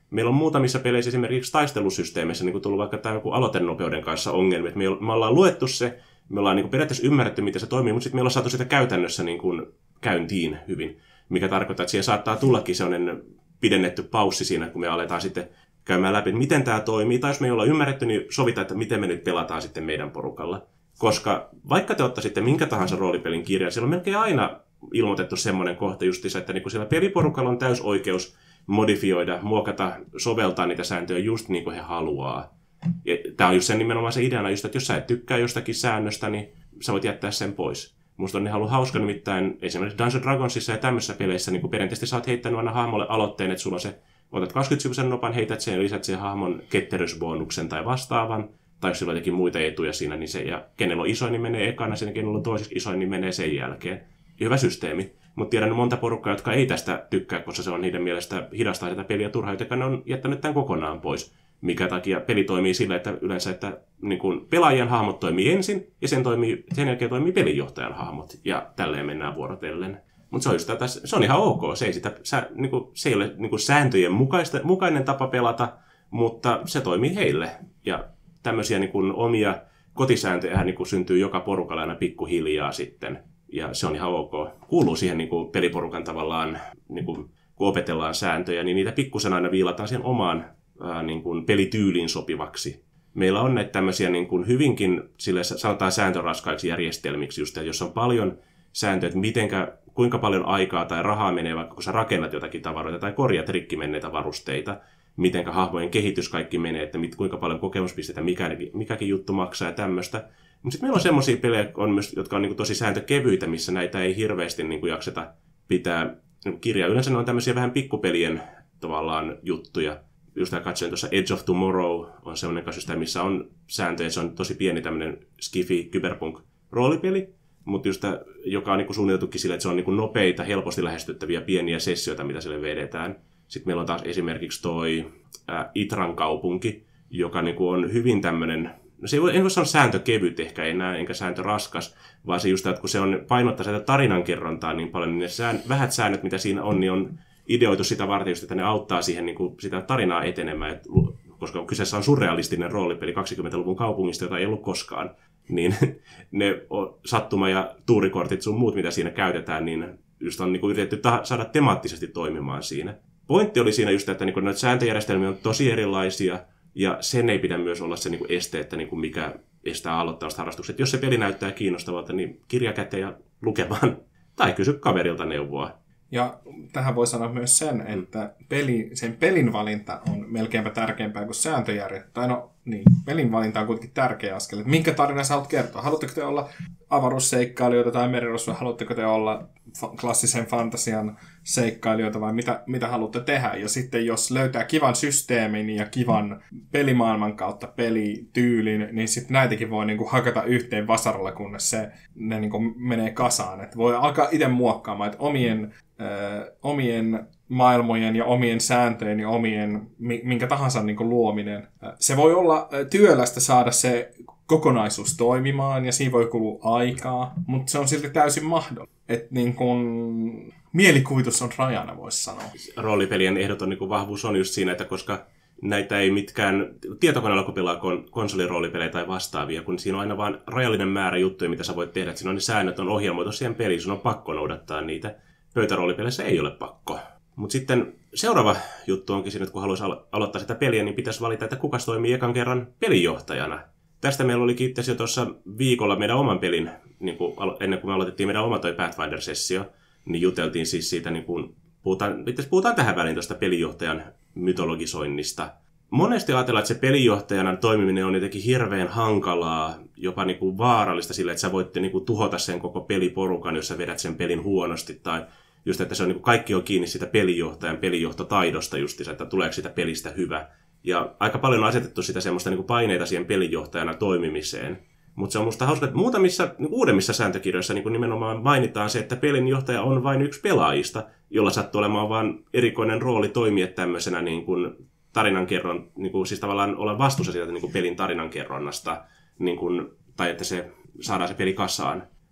Meillä on muutamissa peleissä esimerkiksi taistelusysteemissä niin tullut vaikka tämä joku aloitenopeuden kanssa ongelmia, että me, me ollaan luettu se, me ollaan niin kuin periaatteessa ymmärretty, miten se toimii, mutta sitten me ollaan saatu sitä käytännössä niin kuin käyntiin hyvin, mikä tarkoittaa, että siihen saattaa tullakin sellainen pidennetty paussi siinä, kun me aletaan sitten käymään läpi, että miten tämä toimii, tai jos me ei olla ymmärretty, niin sovitaan, että miten me nyt pelataan sitten meidän porukalla. Koska vaikka te ottaisitte minkä tahansa roolipelin kirjan, siellä on melkein aina ilmoitettu semmoinen kohta justiinsa, että niin kuin siellä peliporukalla on täysoikeus modifioida, muokata, soveltaa niitä sääntöjä just niin kuin he haluaa. Ja tämä on just sen nimenomaan se ideana, just, että jos sä et tykkää jostakin säännöstä, niin sä voit jättää sen pois. Musta on ihan hauska nimittäin esimerkiksi Dungeons Dragonsissa ja tämmöisissä peleissä, niin kuin perinteisesti sä oot heittänyt aina hahmolle aloitteen, että sulla on se, otat kaksikymmentä nopan, heität sen ja lisät sen hahmon ketterysbonuksen tai vastaavan, tai jos sillä on jotenkin muita etuja siinä, niin se, ja kenellä on isoin, niin menee ekana, ja kenellä on toisiksi isoin, niin menee sen jälkeen. Hyvä systeemi. Mutta tiedän monta porukkaa, jotka ei tästä tykkää, koska se on niiden mielestä hidastaa tätä peliä turhaan, joten ne on jättänyt tämän kokonaan pois. Mikä takia peli toimii sillä, että yleensä että niin kun pelaajien hahmot toimii ensin, ja sen, toimii, sen jälkeen toimii pelinjohtajan hahmot, ja tälleen mennään vuorotellen. Mutta se on just tätä, se on ihan ok, se ei, sitä, sä, niin kun, se ei ole niin kun sääntöjen mukaista, mukainen tapa pelata, mutta se toimii heille. Ja tämmöisiä niin kun omia kotisääntöjä niin kun syntyy joka porukalla aina pikkuhiljaa sitten. Ja se on ihan ok. Kuuluu siihen niin kuin peliporukan tavallaan, niin kuin, kun opetellaan sääntöjä, niin niitä pikkusen aina viilataan siihen omaan ää, niin kuin pelityyliin sopivaksi. Meillä on näitä tämmöisiä niin kuin hyvinkin, sille sanotaan sääntöraskaiksi järjestelmiksi, just, että jos on paljon sääntöjä, että mitenkä, kuinka paljon aikaa tai rahaa menee, vaikka kun sä rakennat jotakin tavaroita tai korjat rikki menneitä varusteita, mitenkä hahmojen kehitys kaikki menee, että mit, kuinka paljon kokemuspisteitä mikäkin, mikäkin juttu maksaa ja tämmöistä. Mutta sitten meillä on semmoisia pelejä, on myös, jotka on niinku tosi sääntökevyitä, missä näitä ei hirveästi niinku jakseta pitää niinku kirjaa. Yleensä ne on tämmöisiä vähän pikkupelien tavallaan juttuja. Just katsoin tuossa Edge of Tomorrow on semmoinen kanssa, missä on sääntöjä, se on tosi pieni tämmöinen skifi cyberpunk-roolipeli, mutta just tämä, joka on niinku suunniteltukin sille, että se on niinku nopeita, helposti lähestyttäviä pieniä sessioita, mitä sille vedetään. Sitten meillä on taas esimerkiksi toi ää, Itran kaupunki, joka niinku on hyvin tämmöinen. No se ei voi, en voi sanoa sääntökevyt ehkä enää, enkä sääntöraskas, vaan se just, että kun se on painottaa sitä tarinankerrontaa niin paljon, niin ne sään, vähät säännöt, mitä siinä on, niin on ideoitu sitä varten just, että ne auttaa siihen niin kuin sitä tarinaa etenemään, et, koska kyseessä on surrealistinen roolipeli kaksikymmentäluvun kaupungista, jota ei ollut koskaan, niin ne sattuma- ja tuurikortit sun muut, mitä siinä käytetään, niin just on niin kuin yritetty ta- saada temaattisesti toimimaan siinä. Pointti oli siinä just, että niin kuin noita sääntöjärjestelmiä on tosi erilaisia, ja sen ei pidä myös olla se niin kuin este, että niin kuin mikä estää aloittavasta harrastukset. Jos se peli näyttää kiinnostavalta, niin kirja käteen ja lukemaan. Tai kysy kaverilta neuvoa. Ja tähän voi sanoa myös sen, että peli, sen pelin valinta on melkeinpä tärkeämpää kuin sääntöjärjestelmä. Tai no niin, pelin valinta on kuitenkin tärkeä askel. Että minkä tarinan sä haluat kertoa? Haluatteko te olla avaruusseikkailijoita tai merirosvoja? Haluatteko te olla fa- klassisen fantasian seikkailijoita vai mitä, mitä haluatte tehdä? Ja sitten jos löytää kivan systeemin ja kivan pelimaailman kautta pelityylin, niin sitten näitäkin voi niinku hakata yhteen vasaralla, kunnes se, ne niinku menee kasaan. Et voi alkaa itse muokkaamaan, että omien, ö, omien maailmojen ja omien sääntöjen ja omien, minkä tahansa niin kuin luominen. Se voi olla työlästä saada se kokonaisuus toimimaan ja siinä voi kulua aikaa, mutta se on silti täysin mahdollista. Että niin kuin mielikuvitus on rajana, voisi sanoa. Roolipelien ehdoton niin kuin vahvuus on just siinä, että koska näitä ei mitkään tietokoneella kun pelaa kon- konsoliroolipelejä tai vastaavia, kun siinä on aina vain rajallinen määrä juttuja, mitä sä voit tehdä. Että siinä on ne säännöt on ohjelmoitu siihen peliin, sun on pakko noudattaa niitä. Pöytäroolipeleissä ei ole pakko. Mutta sitten seuraava juttu onkin siinä, että kun haluaisi alo- aloittaa sitä peliä, niin pitäisi valita, että kuka toimii ekan kerran pelinjohtajana. Tästä meillä oli itse asiassa jo tuossa viikolla meidän oman pelin, niin kuin ennen kuin me aloitettiin meidän oma toi Pathfinder-sessio, niin juteltiin siis siitä, niin kuin puhutaan, puhutaan tähän väliin tuosta pelinjohtajan mytologisoinnista. Monesti ajatellaan, että se pelinjohtajana toimiminen on jotenkin hirveän hankalaa, jopa niin kuin vaarallista sillä, että sä voit niin kuin tuhota sen koko peliporukan, jos sä vedät sen pelin huonosti, tai just, että se on, niin kuin kaikki on kiinni siitä pelinjohtajan pelijohtotaidosta justiinsa, että tuleeko sitä pelistä hyvä. Ja aika paljon on asetettu sitä semmoista niin kuin paineita siihen pelinjohtajana toimimiseen. Mutta se on musta hauska, että muutamissa niin uudemmissa sääntökirjoissa niin kuin nimenomaan mainitaan se, että pelinjohtaja on vain yksi pelaajista, jolla sattuu olemaan vain erikoinen rooli toimia tämmöisenä niin kuin tarinankerron, niin kuin, siis tavallaan olla vastuussa siitä niin kuin pelin tarinankerronnasta, niin kuin, tai että se saadaan se peli kasaan.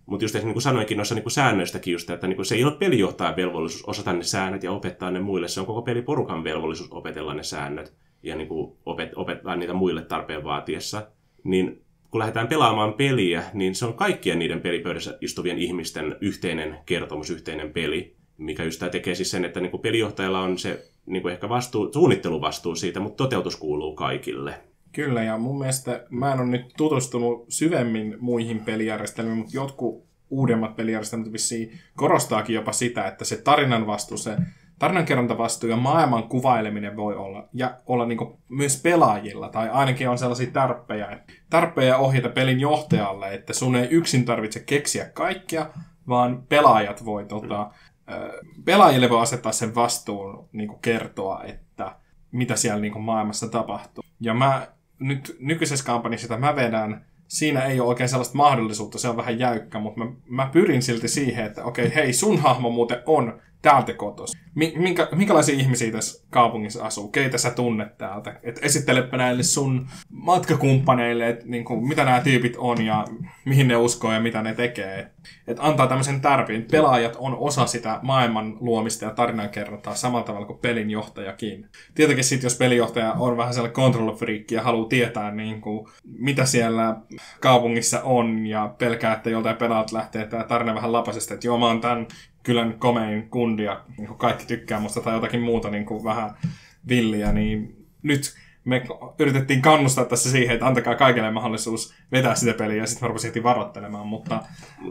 Mutta just niin kuin sanoinkin noissa niin kuin säännöistäkin just, että niin kuin se ei ole pelijohtajan velvollisuus osata ne säännöt ja opettaa ne muille. Se on koko peliporukan velvollisuus opetella ne säännöt ja niin kuin opet- opettaa niitä muille tarpeen vaatiessa. Niin kun lähdetään pelaamaan peliä, niin se on kaikkien niiden pelipöydässä istuvien ihmisten yhteinen kertomus, yhteinen peli, mikä just tämä tekee siis sen, että niin kuin pelijohtajalla on se niin kuin ehkä vastuu, suunnitteluvastuu siitä, mutta toteutus kuuluu kaikille. Kyllä, ja mun mielestä mä en ole nyt tutustunut syvemmin muihin pelijärjestelmiin, mutta jotkut uudemmat pelijärjestelmät vissiin korostaakin jopa sitä, että se tarinan vastuu, se tarinankerrontavastuu ja maailman kuvaileminen voi olla, ja olla niin kuin myös pelaajilla, tai ainakin on sellaisia tarpeja, tarpeja ohjata pelin johtajalle, että sun ei yksin tarvitse keksiä kaikkia, vaan pelaajat voi, tota, pelaajille voi asettaa sen vastuun niin kuin kertoa, että mitä siellä niin kuin maailmassa tapahtuu. Ja mä nyt nykyisessä kampanjassa, jota mä vedän, siinä ei ole oikein sellaista mahdollisuutta, se on vähän jäykkä, mutta mä, mä pyrin silti siihen, että okei, hei, sun hahmo muuten on täältä kotos. Minkä, minkälaisia ihmisiä tässä kaupungissa asuu? Keitä sä tunnet täältä? Et esittelepä näille sun matkakumppaneille, että niinku, mitä nämä tyypit on ja mihin ne uskoo ja mitä ne tekee. Et, et antaa tämmöisen tärpin. Pelaajat on osa sitä maailman luomista ja tarinankerrontaa samalla tavalla kuin pelinjohtajakin. Tietenkin sitten, jos pelinjohtaja on vähän sellainen control freak ja haluaa tietää, niinku, mitä siellä kaupungissa on ja pelkää, että joltain pelaajat lähtee tämä tarina vähän lapasesta, että joo, mä oon tämän kylän komein kundi ja niin kaikki tykkää musta tai jotakin muuta niin kuin vähän villiä, niin nyt me yritettiin kannustaa tässä siihen, että antakaa kaikille mahdollisuus vetää sitä peliä ja sitten me rupesin heti varoittelemaan, mutta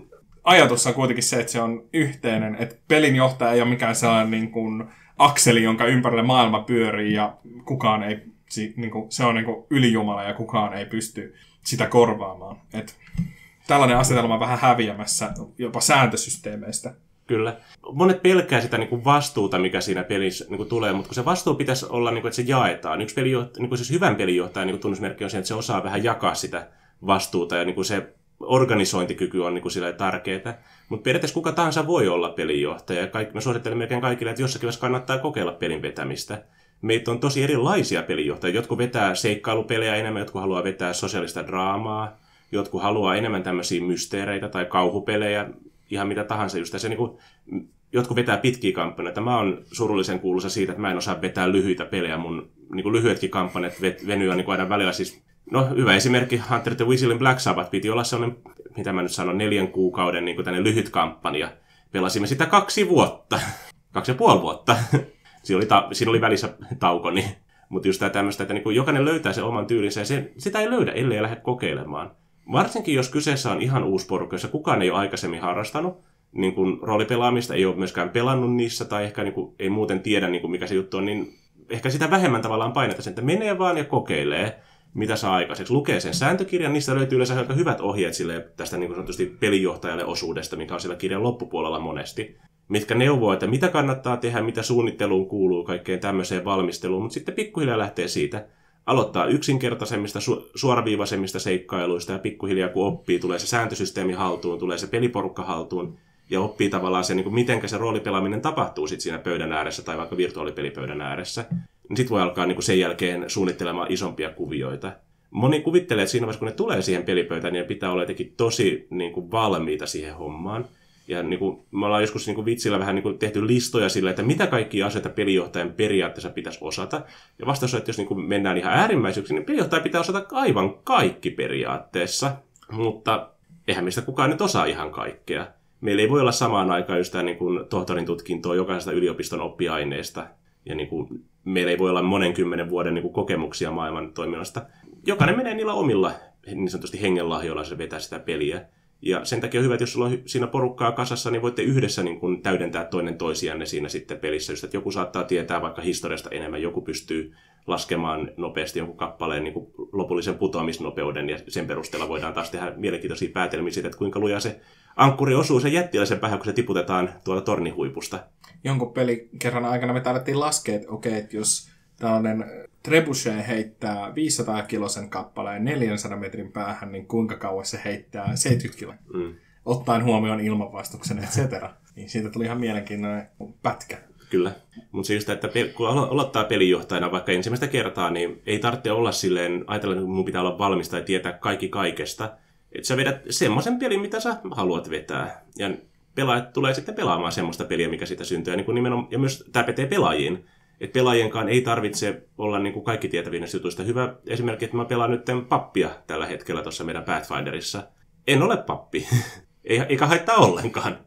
ajatus on kuitenkin se, että se on yhteinen, että pelin johtaja ei ole mikään sellainen niin kuin akseli, jonka ympärille maailma pyörii ja kukaan ei, niin kuin, se on niin kuin ylijumala ja kukaan ei pysty sitä korvaamaan. Et tällainen asetelma on vähän häviämässä jopa sääntösysteemeistä. Kyllä. Monet pelkää sitä niin kuin vastuuta, mikä siinä pelissä niin kuin tulee, mutta kun se vastuu pitäisi olla, niin kuin, että se jaetaan. Yksi pelijohtaja, niin kuin siis hyvän pelinjohtajan niin kuin tunnusmerkki on se, että se osaa vähän jakaa sitä vastuuta ja niin kuin se organisointikyky on niin kuin sillä tärkeää. Mutta periaatteessa kuka tahansa voi olla pelinjohtaja. Kaikki, mä suosittelen melkein kaikille, että jossakin vaiheessa kannattaa kokeilla pelin vetämistä. Meitä on tosi erilaisia pelinjohtajia. Jotkut vetää seikkailupelejä enemmän, jotkut haluaa vetää sosiaalista draamaa, jotkut haluaa enemmän tämmöisiä mysteereitä tai kauhupelejä. Ihan mitä tahansa just. Se, niin kuin, jotkut vetää pitkiä kampanjoita. Mä oon surullisen kuuluisa siitä, että mä en osaa vetää lyhyitä pelejä. Mun niin kuin lyhyetkin kampanjat venyy niin aina välillä. Siis, no, hyvä esimerkki, Hunter the Whistling Black Sabbath piti olla sellainen, mitä mä nyt sanon, neljän kuukauden niin kuin lyhyt kampanja. Pelasimme sitä kaksi vuotta. Kaksi ja puoli vuotta. Siinä oli, ta- siinä oli välissä tauko. Niin. Mutta just tämä tämmöistä, että niin kuin jokainen löytää sen oman tyylinsä ja se, sitä ei löydä, ellei lähde kokeilemaan. Varsinkin jos kyseessä on ihan uusi porukka, jossa kukaan ei ole aikaisemmin harrastanut niin kuin roolipelaamista, ei ole myöskään pelannut niissä tai ehkä niin kuin, ei muuten tiedä niin kuin mikä se juttu on, niin ehkä sitä vähemmän tavallaan painetta sen, että menee vaan ja kokeilee, mitä saa aikaiseksi. Lukee sen sääntökirjan, niistä löytyy yleensä aika hyvät ohjeet sille, tästä niin kuin sanotusti pelinjohtajalle osuudesta, mikä on siellä kirjan loppupuolella monesti, mitkä neuvoo, että mitä kannattaa tehdä, mitä suunnitteluun kuuluu, kaikkeen tämmöiseen valmisteluun, mutta sitten pikkuhiljaa lähtee siitä, aloittaa yksinkertaisemmista, su- suoraviivaisemmista seikkailuista ja pikkuhiljaa kun oppii, tulee se sääntösysteemi haltuun, tulee se peliporukka haltuun ja oppii tavallaan se, niin kuin miten se roolipelaaminen tapahtuu sit siinä pöydän ääressä tai vaikka virtuaalipelipöydän ääressä. Niin sitten voi alkaa niin kuin sen jälkeen suunnittelemaan isompia kuvioita. Moni kuvittelee, että siinä vaiheessa kun ne tulee siihen pelipöytään, niin pitää olla jotenkin tosi niin kuin valmiita siihen hommaan. Ja niin kuin, me ollaan joskus niin kuin vitsillä vähän niin kuin tehty listoja sille, että mitä kaikkia asioita pelijohtajan periaatteessa pitäisi osata. Ja vastaus on, että jos niin kuin mennään ihan äärimmäisyyksiin, niin pelijohtaja pitää osata aivan kaikki periaatteessa. Mutta eihän meistä kukaan nyt osaa ihan kaikkea. Meillä ei voi olla samaan aikaan just tämä niin kuin tohtorin tutkintoa jokaisesta yliopiston oppiaineesta. Ja niin kuin, meillä ei voi olla monen kymmenen vuoden niin kuin kokemuksia maailman toiminnasta. Jokainen menee niillä omilla niin sanotusti hengenlahjoilla, se vetää sitä peliä. Ja sen takia on hyvä, että jos sulla on siinä porukkaa kasassa, niin voitte yhdessä niin kun täydentää toinen toisianne siinä sitten pelissä. Just, että joku saattaa tietää vaikka historiasta enemmän, joku pystyy laskemaan nopeasti jonkun kappaleen niin kuin lopullisen putoamisnopeuden, ja sen perusteella voidaan taas tehdä mielenkiintoisia päätelmiä siitä, että kuinka luja se ankkuri osuu sen jättiläisen päähän, kun se tiputetaan tuolta tornihuipusta. Jonkun pelikerran aikana me tarvittiin laskea, että okei, että jos tällainen trebuchet heittää viisisataa kilosen kappaleen neljänsadan metrin päähän, niin kuinka kauas se heittää seitsemänkymmentä kiloa. Mm. Ottaen huomioon ilmanvaistuksen, et cetera. Niin siitä tuli ihan mielenkiintoinen pätkä. Kyllä. Mutta se just, että kun aloittaa pelinjohtajana vaikka ensimmäistä kertaa, niin ei tarvitse olla silleen, ajatella, että mun pitää olla valmis tai tietää kaikki kaikesta. Että sä vedät semmoisen pelin, mitä sä haluat vetää. Ja pelaajat tulee sitten pelaamaan semmoista peliä, mikä siitä syntyy. Ja, niin kuin nimenomaan, ja myös tämä pätee pelaajiin. Että pelaajienkaan ei tarvitse olla niin kuin kaikki tietäviin jutuista. Hyvä esimerkki, että mä pelaan nyt pappia tällä hetkellä tuossa meidän Pathfinderissa. En ole pappi. Eikä haittaa ollenkaan.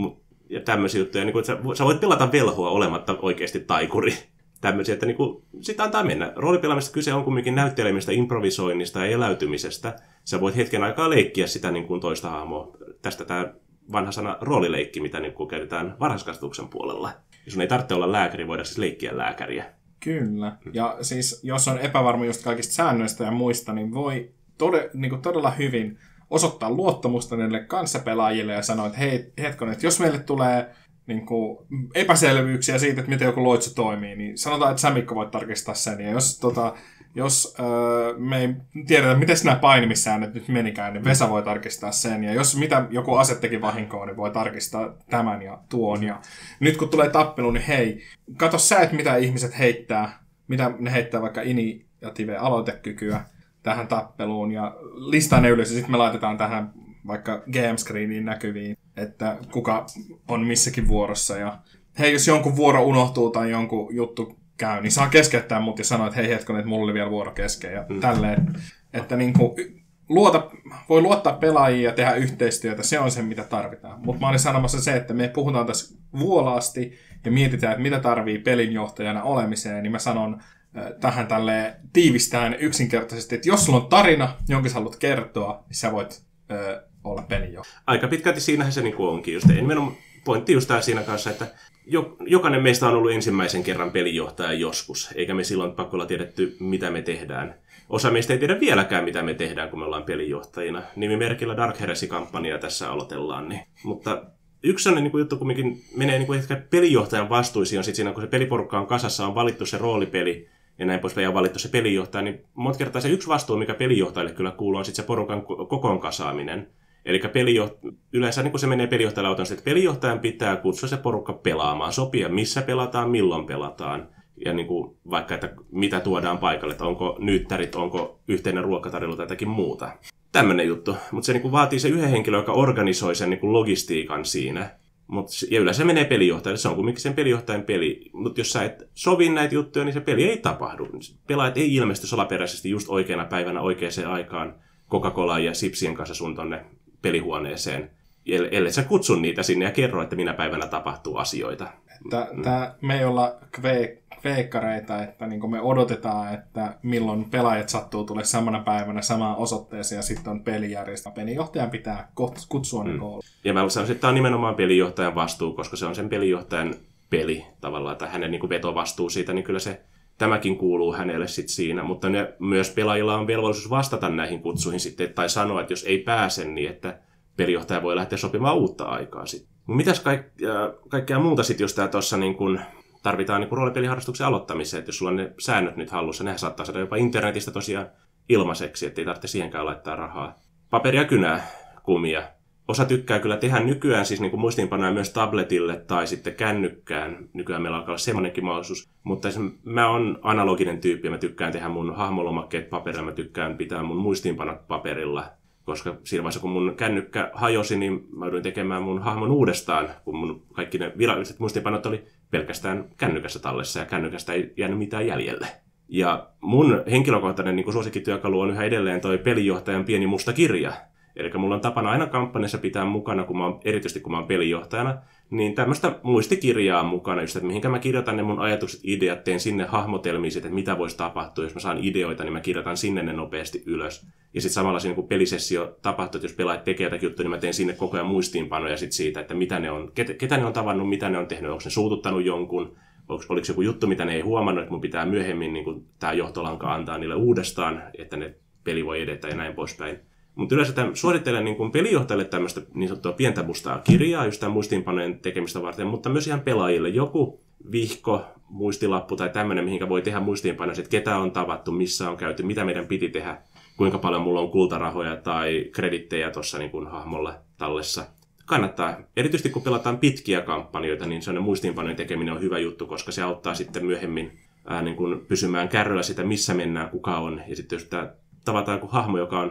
Ja tämmöisiä juttuja, niin kuin, että sä, sä voit pelata velhoa olematta oikeasti taikuri. Tämmöisiä, että niin kuin, sitä antaa mennä. Roolipelaamista kyse on kumminkin näyttelemistä, improvisoinnista ja eläytymisestä. Sä voit hetken aikaa leikkiä sitä niin kuin toista hahmoa. Tästä tämä vanha sana roolileikki, mitä niin kuin käytetään varhaiskasvatuksen puolella. Ja sun ei tarvitse olla lääkäri, voidaan siis leikkiä lääkäriä. Kyllä. Ja siis jos on epävarma just kaikista säännöistä ja muista, niin voi tode, niin kuin todella hyvin osoittaa luottamusta niille kanssapelaajille ja sanoa, että hei, hetkonen, että jos meille tulee niin kuin epäselvyyksiä siitä, että miten joku loitsu toimii, niin sanotaan, että sä Mikko voit tarkistaa sen. Ja jos, tota, jos öö, me ei tiedetä, miten nämä painimissäännöt nyt menikään, niin Vesa voi tarkistaa sen. Ja jos mitä joku ase teki vahinkoa, niin voi tarkistaa tämän ja tuon. Ja nyt kun tulee tappelu, niin hei, katso sä, että mitä ihmiset heittää, mitä ne heittää vaikka initiative-aloitekykyä tähän tappeluun ja listaa ne ylös ja sitten me laitetaan tähän vaikka G M-screeniin näkyviin, että kuka on missäkin vuorossa ja hei, jos jonkun vuoro unohtuu tai jonkun juttu käy, niin saa keskeyttää mut ja sanoa, että hei hetkonen, että mulla oli vielä vuoro kesken ja mm. tälleen, että niinku luota, voi luottaa pelaajia ja tehdä yhteistyötä, se on se mitä tarvitaan. Mutta mä olin sanomassa se, että me puhutaan tässä vuolaasti ja mietitään, että mitä tarvii pelinjohtajana olemiseen, niin mä sanon tähän tälleen tiivistään yksinkertaisesti, että jos sulla on tarina, jonka sä haluat kertoa, niin sä voit ö, olla pelinjohtaja. Aika pitkälti siinähän se niin onkin just. Nimenomaan pointti just tää siinä kanssa, että jo, jokainen meistä on ollut ensimmäisen kerran pelinjohtaja joskus, eikä me silloin pakolla tiedetty, mitä me tehdään. Osa meistä ei tiedä vieläkään, mitä me tehdään, kun me ollaan pelinjohtajina. Nimimerkillä Dark Heresy-kampanjaa tässä aloitellaan. Niin. Mutta yksi sellainen niin juttu kumminkin menee niin ehkä pelijohtajan vastuisiin, on sitten siinä, kun se peliporukka on kasassa, on valittu se roolipeli, ja näin poispäin, ja valittu se pelijohtaja, niin monta kertaa se yksi vastuu, mikä pelijohtajalle kyllä kuuluu, on sitten se porukan kokoon kasaaminen. Eli pelijoht- yleensä niin kun se menee pelijohtajalle auton, että pelijohtajan pitää kutsua se porukka pelaamaan, sopia missä pelataan, milloin pelataan, ja niin kuin vaikka, että mitä tuodaan paikalle, että onko nyyttärit, onko yhteinen ruokatarjoilu tai jotakin muuta. Tämmöinen juttu, mutta se niin kuin vaatii se yhden henkilön, joka organisoi sen niin kuin logistiikan siinä. Mut, ja yleensä se menee pelijohtajalle, se on kuitenkin sen pelijohtajan peli. Mutta jos sä et sovi näitä juttuja, niin se peli ei tapahdu. Pelaajat ei ilmesty salaperäisesti just oikeana päivänä oikeaan aikaan Coca-Cola ja sipsien kanssa sun tonne pelihuoneeseen. Ellei sä kutsun niitä sinne ja kerro, että minä päivänä tapahtuu asioita. Että, mm. tää, me ei olla kve, kveikkareita, että niin me odotetaan, että milloin pelaajat sattuu tulee samana päivänä samaan osoitteeseen ja sitten on pelijärjestelmä. Pelijohtajan pitää kutsua mm. ne koolle. Ja mä sanoisin, että tämä on nimenomaan pelijohtajan vastuu, koska se on sen pelijohtajan peli tavallaan, tai hänen niin kuin vetovastuu siitä, niin kyllä se tämäkin kuuluu hänelle sitten siinä, mutta ne, myös pelaajilla on velvollisuus vastata näihin kutsuihin sitten, tai sanoa, että jos ei pääse, niin että pelijohtaja voi lähteä sopimaan uutta aikaa sitten. Mitäs kaikkea, kaikkea muuta sitten, jos tämä tuossa niin kun tarvitaan niin kun roolipeliharrastuksen aloittamiseen, että jos sulla on ne säännöt nyt hallussa, nehän saattaa saada jopa internetistä tosiaan ilmaiseksi, ettei tarvitse siihenkään laittaa rahaa. Paperia, kynää, kumia. Osa tykkää kyllä tehdä nykyään siis niin kuin muistiinpanoja myös tabletille tai sitten kännykkään. Nykyään meillä alkaa olla semmoinenkin mahdollisuus. Mutta mä oon analoginen tyyppi ja mä tykkään tehdä mun hahmolomakkeet paperilla, mä tykkään pitää mun muistiinpanot paperilla. Koska siinä vaiheessa, kun mun kännykkä hajosi, niin mä jouduin tekemään mun hahmon uudestaan, kun mun kaikki ne viralliset muistiinpanot oli pelkästään kännykässä tallessa ja kännykästä ei jäänyt mitään jäljelle. Ja mun henkilökohtainen niin suosikkityökalu on yhä edelleen toi pelijohtajan pieni musta kirja. Eli mulla on tapana aina kampanjassa pitää mukana, kun mä oon, erityisesti kun mä oon pelijohtajana, niin tämmöistä muistikirjaa mukana, just, että mihinkä mä kirjoitan ne mun ajatukset, ideat, teen sinne hahmotelmiin, että mitä voisi tapahtua. Jos mä saan ideoita, niin mä kirjoitan sinne ne nopeasti ylös. Ja sitten samalla siinä, kun pelisessio tapahtuu, että jos pelaajat tekee jotakin juttua, niin mä teen sinne koko ajan muistiinpanoja sit siitä, että mitä ne on, ketä, ketä ne on tavannut, mitä ne on tehnyt, onko ne suututtanut jonkun, oliko joku juttu, mitä ne ei huomannut, että mun pitää myöhemmin niin tämä johtolanka antaa niille uudestaan, että ne peli voi edetä ja näin poispäin. Mutta yleensä tämän suosittelen niin pelijohtajalle tämmöistä niin sanottua pientä mustaa kirjaa, just tämän muistiinpanojen tekemistä varten, mutta myös ihan pelaajille joku vihko, muistilappu tai tämmöinen, mihinkä voi tehdä muistiinpanoja, että ketä on tavattu, missä on käyty, mitä meidän piti tehdä, kuinka paljon mulla on kultarahoja tai kredittejä tuossa niin kuin hahmolla tallessa. Kannattaa, erityisesti kun pelataan pitkiä kampanjoita, niin sellainen muistiinpanojen tekeminen on hyvä juttu, koska se auttaa sitten myöhemmin ää, niin kuin pysymään kärryllä sitä, missä mennään, kuka on. Ja sitten jos tämä tavataan joku hahmo, joka on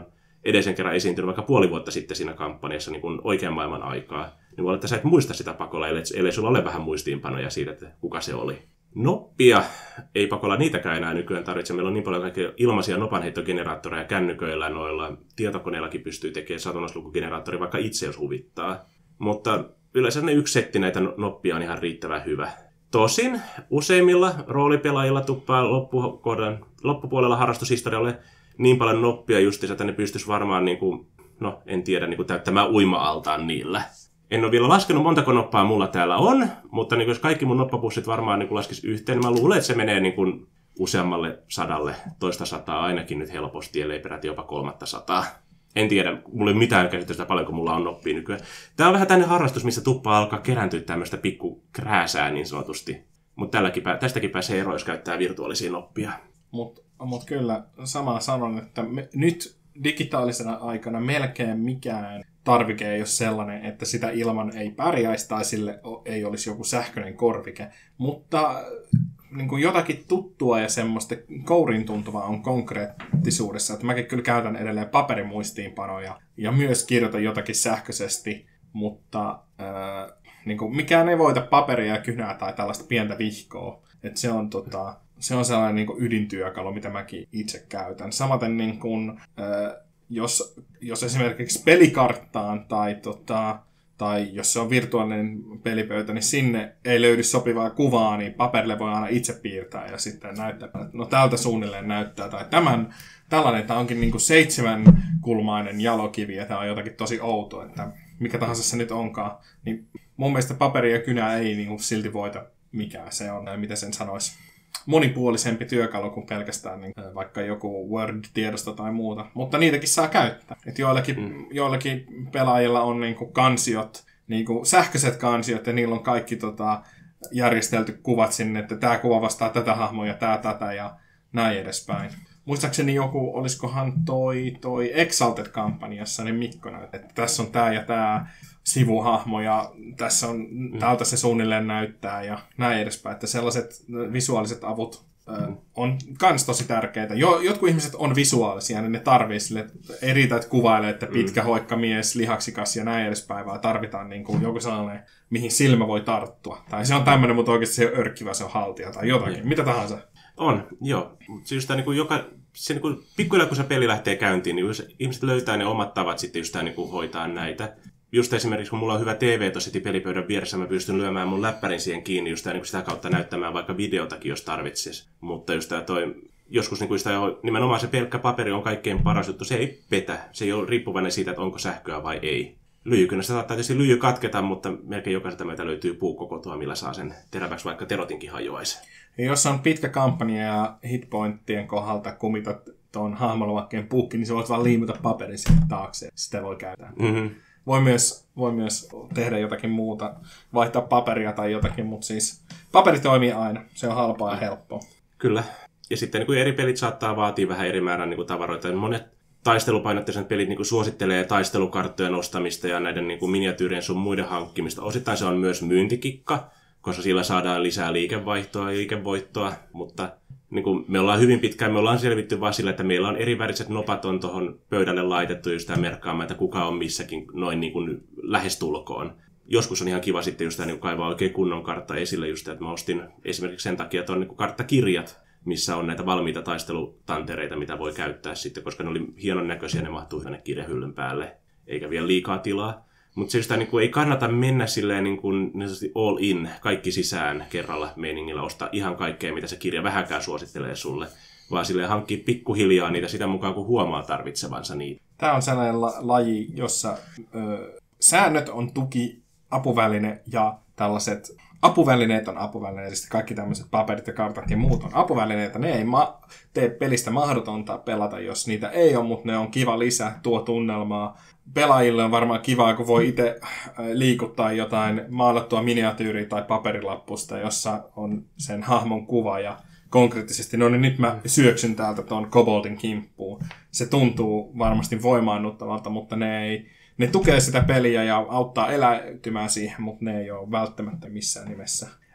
edellisen kerran esiintynyt vaikka puoli vuotta sitten siinä kampanjassa niin kuin oikean maailman aikaa, niin voi olla, että sä et muista sitä pakolla, ellei, ellei sulla ole vähän muistiinpanoja siitä, että kuka se oli. Noppia ei pakolla niitäkään enää nykyään tarvitse. Meillä on niin paljon kaikkia ilmaisia nopanheittogeneraattoreja kännyköillä, noilla tietokoneellakin pystyy tekemään satunnaislukugeneraattori vaikka itse, jos huvittaa. Mutta yleensä ne yksi setti näitä noppia on ihan riittävän hyvä. Tosin useimmilla roolipelaajilla tuppaa loppukohdan, loppupuolella harrastushistorialle niin paljon noppia justiinsa, että ne pystyisi varmaan, niin kuin, no en tiedä, niin kuin täyttämään uima-altaan niillä. En ole vielä laskenut, montako noppaa mulla täällä on, mutta niin jos kaikki mun noppapussit varmaan niin laskisi yhteen, niin mä luulen, että se menee niin kuin useammalle sadalle, toista sataa ainakin nyt helposti, ellei peräti jopa kolmatta sataa. En tiedä, mulla ei mitään käsitystä paljon, kun mulla on noppia nykyään. Tämä on vähän tänne harrastus, missä tuppaa alkaa kerääntyä tämmöistä pikku krääsää niin sanotusti. Mutta tästäkin pääsee ero, jos käyttää virtuaalisia noppia. Mutta mut kyllä, samaa sanon, että me, nyt digitaalisena aikana melkein mikään tarvike ei ole sellainen, että sitä ilman ei pärjäisi tai sille ei olisi joku sähköinen korvike. Mutta niin kuin jotakin tuttua ja semmoista kourin tuntuvaa on konkreettisuudessa. Että mäkin kyllä käytän edelleen paperimuistiinpanoja ja myös kirjoitan jotakin sähköisesti, mutta äh, niin kuin mikään ei voita paperia ja kynää tai tällaista pientä vihkoa. Että se on tota... Se on sellainen niin kuin ydintyökalu, mitä mäkin itse käytän. Samaten niin kuin, äh, jos, jos esimerkiksi pelikarttaan tai, tota, tai jos se on virtuaalinen pelipöytä, niin sinne ei löydy sopivaa kuvaa, niin paperille voi aina itse piirtää ja sitten näyttää, että no tältä suunnilleen näyttää. Tai tämän, tällainen, tämä onkin niin kuin seitsemänkulmainen jalokivi ja tämä on jotakin tosi outoa, että mikä tahansa se nyt onkaan. Niin mun mielestä paperi ja kynä ei niin kuin silti voita mikään. Se on, miten sen sanoisi, monipuolisempi työkalu kuin pelkästään niin, vaikka joku Word-tiedosto tai muuta. Mutta niitäkin saa käyttää. Et joillakin, mm. joillakin pelaajilla on niin kuin kansiot, niin kuin sähköiset kansiot, ja niillä on kaikki tota, järjestelty kuvat sinne, että tämä kuva vastaa tätä hahmoa ja tämä tätä ja näin edespäin. Muistaakseni joku, olisikohan toi, toi Exalted-kampanjassa, niin Mikko näytti, että tässä on tämä ja tämä sivuhahmo ja tässä on, mm. tältä se suunnilleen näyttää ja näin edespäin. Että sellaiset visuaaliset avut mm. on kans tosi tärkeitä. Jo, jotkut ihmiset on visuaalisia, niin ne tarvii sille, ei riitä, että kuvailee, että pitkä mm. hoikka mies, lihaksikas ja näin edespäin, vaan tarvitaan niin kuin joku sellainen, mihin silmä voi tarttua. Tai se on tämmöinen, mutta oikeasti se on örkkivä, se on haltija tai jotakin, mm. mitä tahansa. On, joo. Mutta just tämä niin joka, se niin kuin, pikkuhiljaa kun se peli lähtee käyntiin, niin jos ihmiset löytää ne omat tavat sitten just tämä niin kuin hoitaa näitä. Just esimerkiksi, kun mulla on hyvä T V tuossa pelipöydän vieressä, mä pystyn lyömään mun läppärin siihen kiinni just niin sitä kautta näyttämään vaikka videotakin, jos tarvitsisi. Mutta just toi, joskus niin sitä, nimenomaan se pelkkä paperi on kaikkein paras juttu. Se ei petä. Se ei ole riippuvainen siitä, että onko sähköä vai ei. Lyijykynästä saattaa tietysti lyijy katketa, mutta melkein jokaiselta meiltä löytyy puukkokotoa, millä saa sen teräväksi, vaikka terotinkin hajoaisi. Ja jos on pitkä kampanja ja hitpointtien kohdalta kumitat tuon hahmolomakkeen puukki, niin se voit vaan liimata paperin sinne taakse. Sitä voi käyttää. Mm-hmm. Voi myös, voi myös tehdä jotakin muuta, vaihtaa paperia tai jotakin, mutta siis paperi toimii aina. Se on halpaa ja helppoa. Kyllä. Ja sitten niin kuin eri pelit saattaa vaatia vähän eri määrän niin kuin tavaroita. Monet taistelupainotteiset pelit niin kuin suosittelee taistelukarttojen ostamista ja näiden niin kuin miniatyyrien sun muiden hankkimista. Osittain se on myös myyntikikka, koska sillä saadaan lisää liikevaihtoa ja liikevoittoa, mutta niin kuin me ollaan hyvin pitkään, me ollaan selvitty vaan sillä, että meillä on eri väriset nopat on tuohon pöydälle laitettu just tämä merkkaamaan, että kuka on missäkin noin niin kuin lähestulkoon. Joskus on ihan kiva sitten just tämä niin kaivaa oikein kunnon kartta esille just, että mä ostin esimerkiksi sen takia tuon niin karttakirjat, missä on näitä valmiita taistelutantereita, mitä voi käyttää sitten, koska ne oli hienon näköisiä, ne mahtuu tänne kirjahyllyn päälle, eikä vielä liikaa tilaa. Mutta se sitä, niin kuin, ei kannata mennä silleen niin kuin, niin all in, kaikki sisään kerralla meiningillä, ostaa ihan kaikkea, mitä se kirja vähäkään suosittelee sulle, vaan silleen hankkii pikkuhiljaa niitä sitä mukaan, kun huomaa tarvitsevansa niitä. Tämä on sellainen la- laji, jossa ö, säännöt on tuki, apuväline ja tällaiset apuvälineet on apuvälineet, siis kaikki tämmöiset paperit ja kartat ja muut on apuvälineitä. Ne ei ma- tee pelistä mahdotonta pelata, jos niitä ei ole, mutta ne on kiva lisä, tuo tunnelmaa. Pelaajille on varmaan kivaa, kun voi itse liikuttaa jotain maalattua miniatyyriä tai paperilappusta, jossa on sen hahmon kuva ja konkreettisesti, no niin nyt mä syöksyn täältä tuon koboldin kimppuun. Se tuntuu varmasti voimaannuttavalta, mutta ne ei Ne tukee sitä peliä ja auttaa eläytymään siihen, mutta ne ei ole välttämättä missään nimessä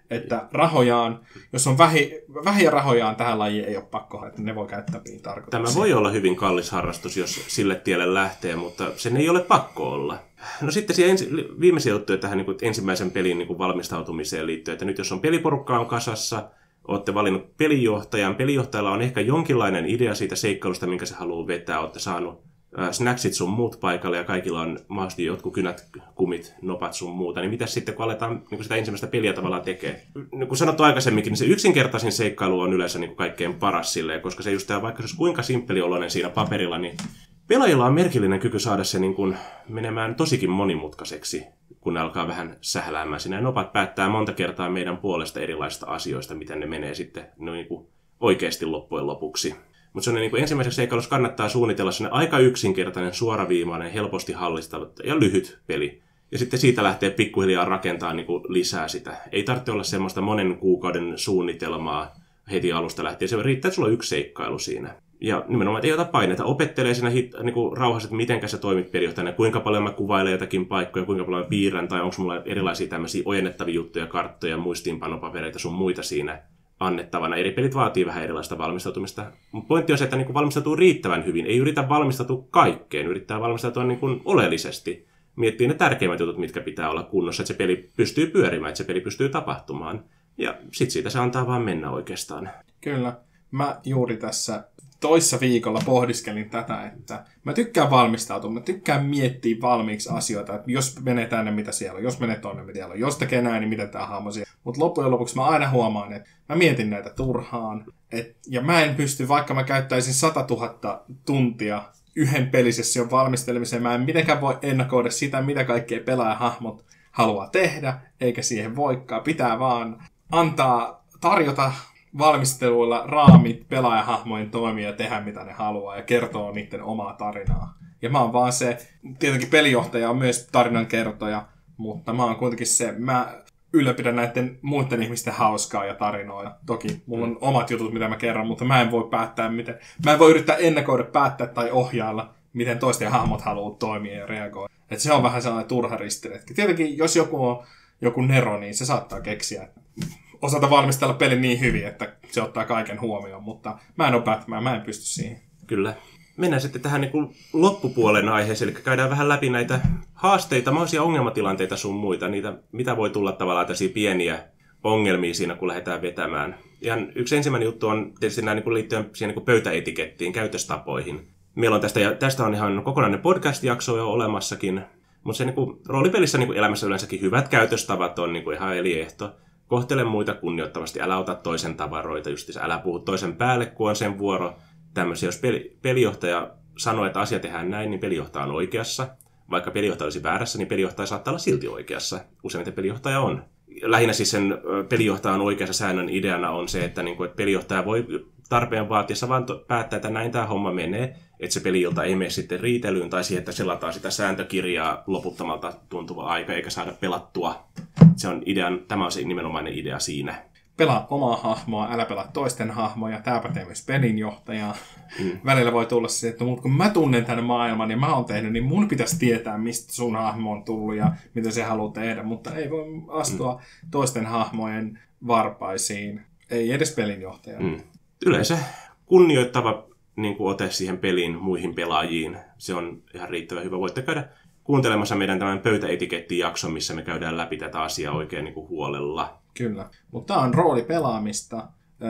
että rahojaan, jos on vähi, vähiä rahojaan tähän lajiin, ei ole pakko, että ne voi käyttää piin tarkoituksia. Tämä voi olla hyvin kallis harrastus, jos sille tielle lähtee, mutta sen ei ole pakko olla. No sitten siihen ensi, viimeisiä juttuja tähän niin kuin ensimmäisen pelin niin kuin valmistautumiseen liittyen, että nyt jos on peliporukka on kasassa, olette valinnut pelijohtajan, pelijohtajalla on ehkä jonkinlainen idea siitä seikkailusta, minkä se haluaa vetää, olette saanut äh, snacksit sun muut paikalle ja kaikilla on mahdollisesti jotkut kynät, kumit, nopat sun muuta, niin mitäs sitten kun aletaan niin kuin sitä ensimmäistä peliä tavallaan tekee? Niin kuin sanottu aikaisemminkin, niin se yksinkertaisin seikkailu on yleensä niin kuin kaikkein paras silleen, koska se just tämä, vaikka se olisi kuinka simppelioloinen siinä paperilla, niin pelaajilla on merkillinen kyky saada se niin kuin menemään tosikin monimutkaiseksi, kun ne alkaa vähän sähläämään siinä. Ja nopat päättää monta kertaa meidän puolesta erilaisista asioista, miten ne menee sitten no niin kuin oikeasti loppujen lopuksi. Mutta se on niin kuin ensimmäiseksi seikkailussa kannattaa suunnitella sinne aika yksinkertainen, suoraviivainen, helposti hallistava ja lyhyt peli. Ja sitten siitä lähtee pikkuhiljaa rakentaa niin kuin lisää sitä. Ei tarvitse olla semmoista monen kuukauden suunnitelmaa heti alusta lähtien. Se riittää, että sulla on yksi seikkailu siinä. Ja nimenomaan ei ota paineita. Opettelee siinä hit, niin kuin rauhassa, että miten sä toimit pelijohtajana, kuinka paljon mä kuvailen jotakin paikkoja, kuinka paljon mä piirrän, tai onko mulla erilaisia tämmöisiä ojennettavia juttuja, karttoja, muistiinpanopapereita, sun muita siinä annettavana. Eri pelit vaatii vähän erilaista valmistautumista. Mutta pointti on se, että niin kuin valmistautuu riittävän hyvin. Ei yritä valmistautua kaikkeen, yrittää valmistautua niin kuin oleellisesti. Miettii ne tärkeimmät jutut, mitkä pitää olla kunnossa, että se peli pystyy pyörimään, että se peli pystyy tapahtumaan. Ja sit siitä se antaa vaan mennä oikeastaan. Kyllä. Mä juuri tässä toissa viikolla pohdiskelin tätä, että mä tykkään valmistautua, mä tykkään miettiä valmiiksi asioita, että jos menee tänne, mitä siellä on, jos menee tonne, mitä siellä on, jos tekee näin, niin miten tää hahmo siellä. Mutta loppujen lopuksi mä aina huomaan, että mä mietin näitä turhaan, et, ja mä en pysty, vaikka mä käyttäisin satatuhatta tuntia yhden pelisession valmistelemiseen, mä en mitenkään voi ennakoida sitä, mitä kaikkea pelaajahahmot haluaa tehdä, eikä siihen voikaan. Pitää vaan antaa, tarjota valmisteluilla raamit pelaajahahmojen toimia ja tehdä mitä ne haluaa ja kertoo niiden omaa tarinaa. Ja mä oon vaan se, tietenkin pelijohtaja on myös tarinankertoja, mutta mä oon kuitenkin se, mä ylläpidän näiden muiden ihmisten hauskaa ja tarinoja. Toki mulla on omat jutut, mitä mä kerron, mutta mä en voi päättää, miten, mä en voi yrittää ennakoida, päättää tai ohjailla, miten toisten hahmot haluaa toimia ja reagoida. Et se on vähän sellainen turha ristiretki. Tietenkin, jos joku on joku nero, niin se saattaa keksiä, osata valmistella pelin niin hyvin, että se ottaa kaiken huomioon, mutta mä en ole Batman, mä en pysty siihen. Kyllä. Mennään sitten tähän niin kuin loppupuolen aiheeseen, eli käydään vähän läpi näitä haasteita, mahdollisia ongelmatilanteita sun muita, niitä, mitä voi tulla tavallaan tällaisia pieniä ongelmia siinä, kun lähdetään vetämään. Ihan yksi ensimmäinen juttu on tietysti nämä niin kuin liittyen siihen niin kuin pöytäetikettiin, käytöstapoihin. Meillä on tästä, ja tästä on ihan kokonainen podcast-jakso jo olemassakin, mutta se niin kuin, roolipelissä niin kuin elämässä yleensäkin hyvät käytöstavat on niin kuin ihan eliehto. Kohtele muita kunnioittavasti, älä ota toisen tavaroita, justiinsa älä puhu toisen päälle, kun on sen vuoro. Tämmöisiä, jos peli, pelijohtaja sanoo, että asia tehdään näin, niin pelijohtaja on oikeassa. Vaikka pelijohtaja olisi väärässä, niin pelijohtaja saattaa olla silti oikeassa. Useimmiten pelijohtaja on. Lähinnä siis sen pelijohtajan oikeassa säännön ideana on se, että, niin kuin, että pelijohtaja voi tarpeen vaatiessa vaan päättää, että näin tämä homma menee, että se peli-ilta ei mene sitten riitelyyn tai siihen, että selataan sitä sääntökirjaa loputtomalta tuntuva aika eikä saada pelattua. Se on idean, tämä on se nimenomainen idea siinä. Pelaa omaa hahmoa, älä pelaa toisten hahmoja. Tämä pätee myös pelinjohtajaa. Mm. Välillä voi tulla se, että kun mä tunnen tämän maailman ja mä oon tehnyt, niin mun pitäisi tietää, mistä sun hahmo on tullut ja mitä se haluaa tehdä. Mutta ei voi astua mm. toisten hahmojen varpaisiin. Ei edes pelinjohtaja. Mm. Yleensä kunnioittava niin kuin ote siihen peliin muihin pelaajiin. Se on ihan riittävän hyvä. Voitte käydä kuuntelemassa meidän tämän pöytäetikettijakson, missä me käydään läpi tätä asiaa oikein niin kuin huolella. Kyllä. Mutta tämä on roolipelaamista.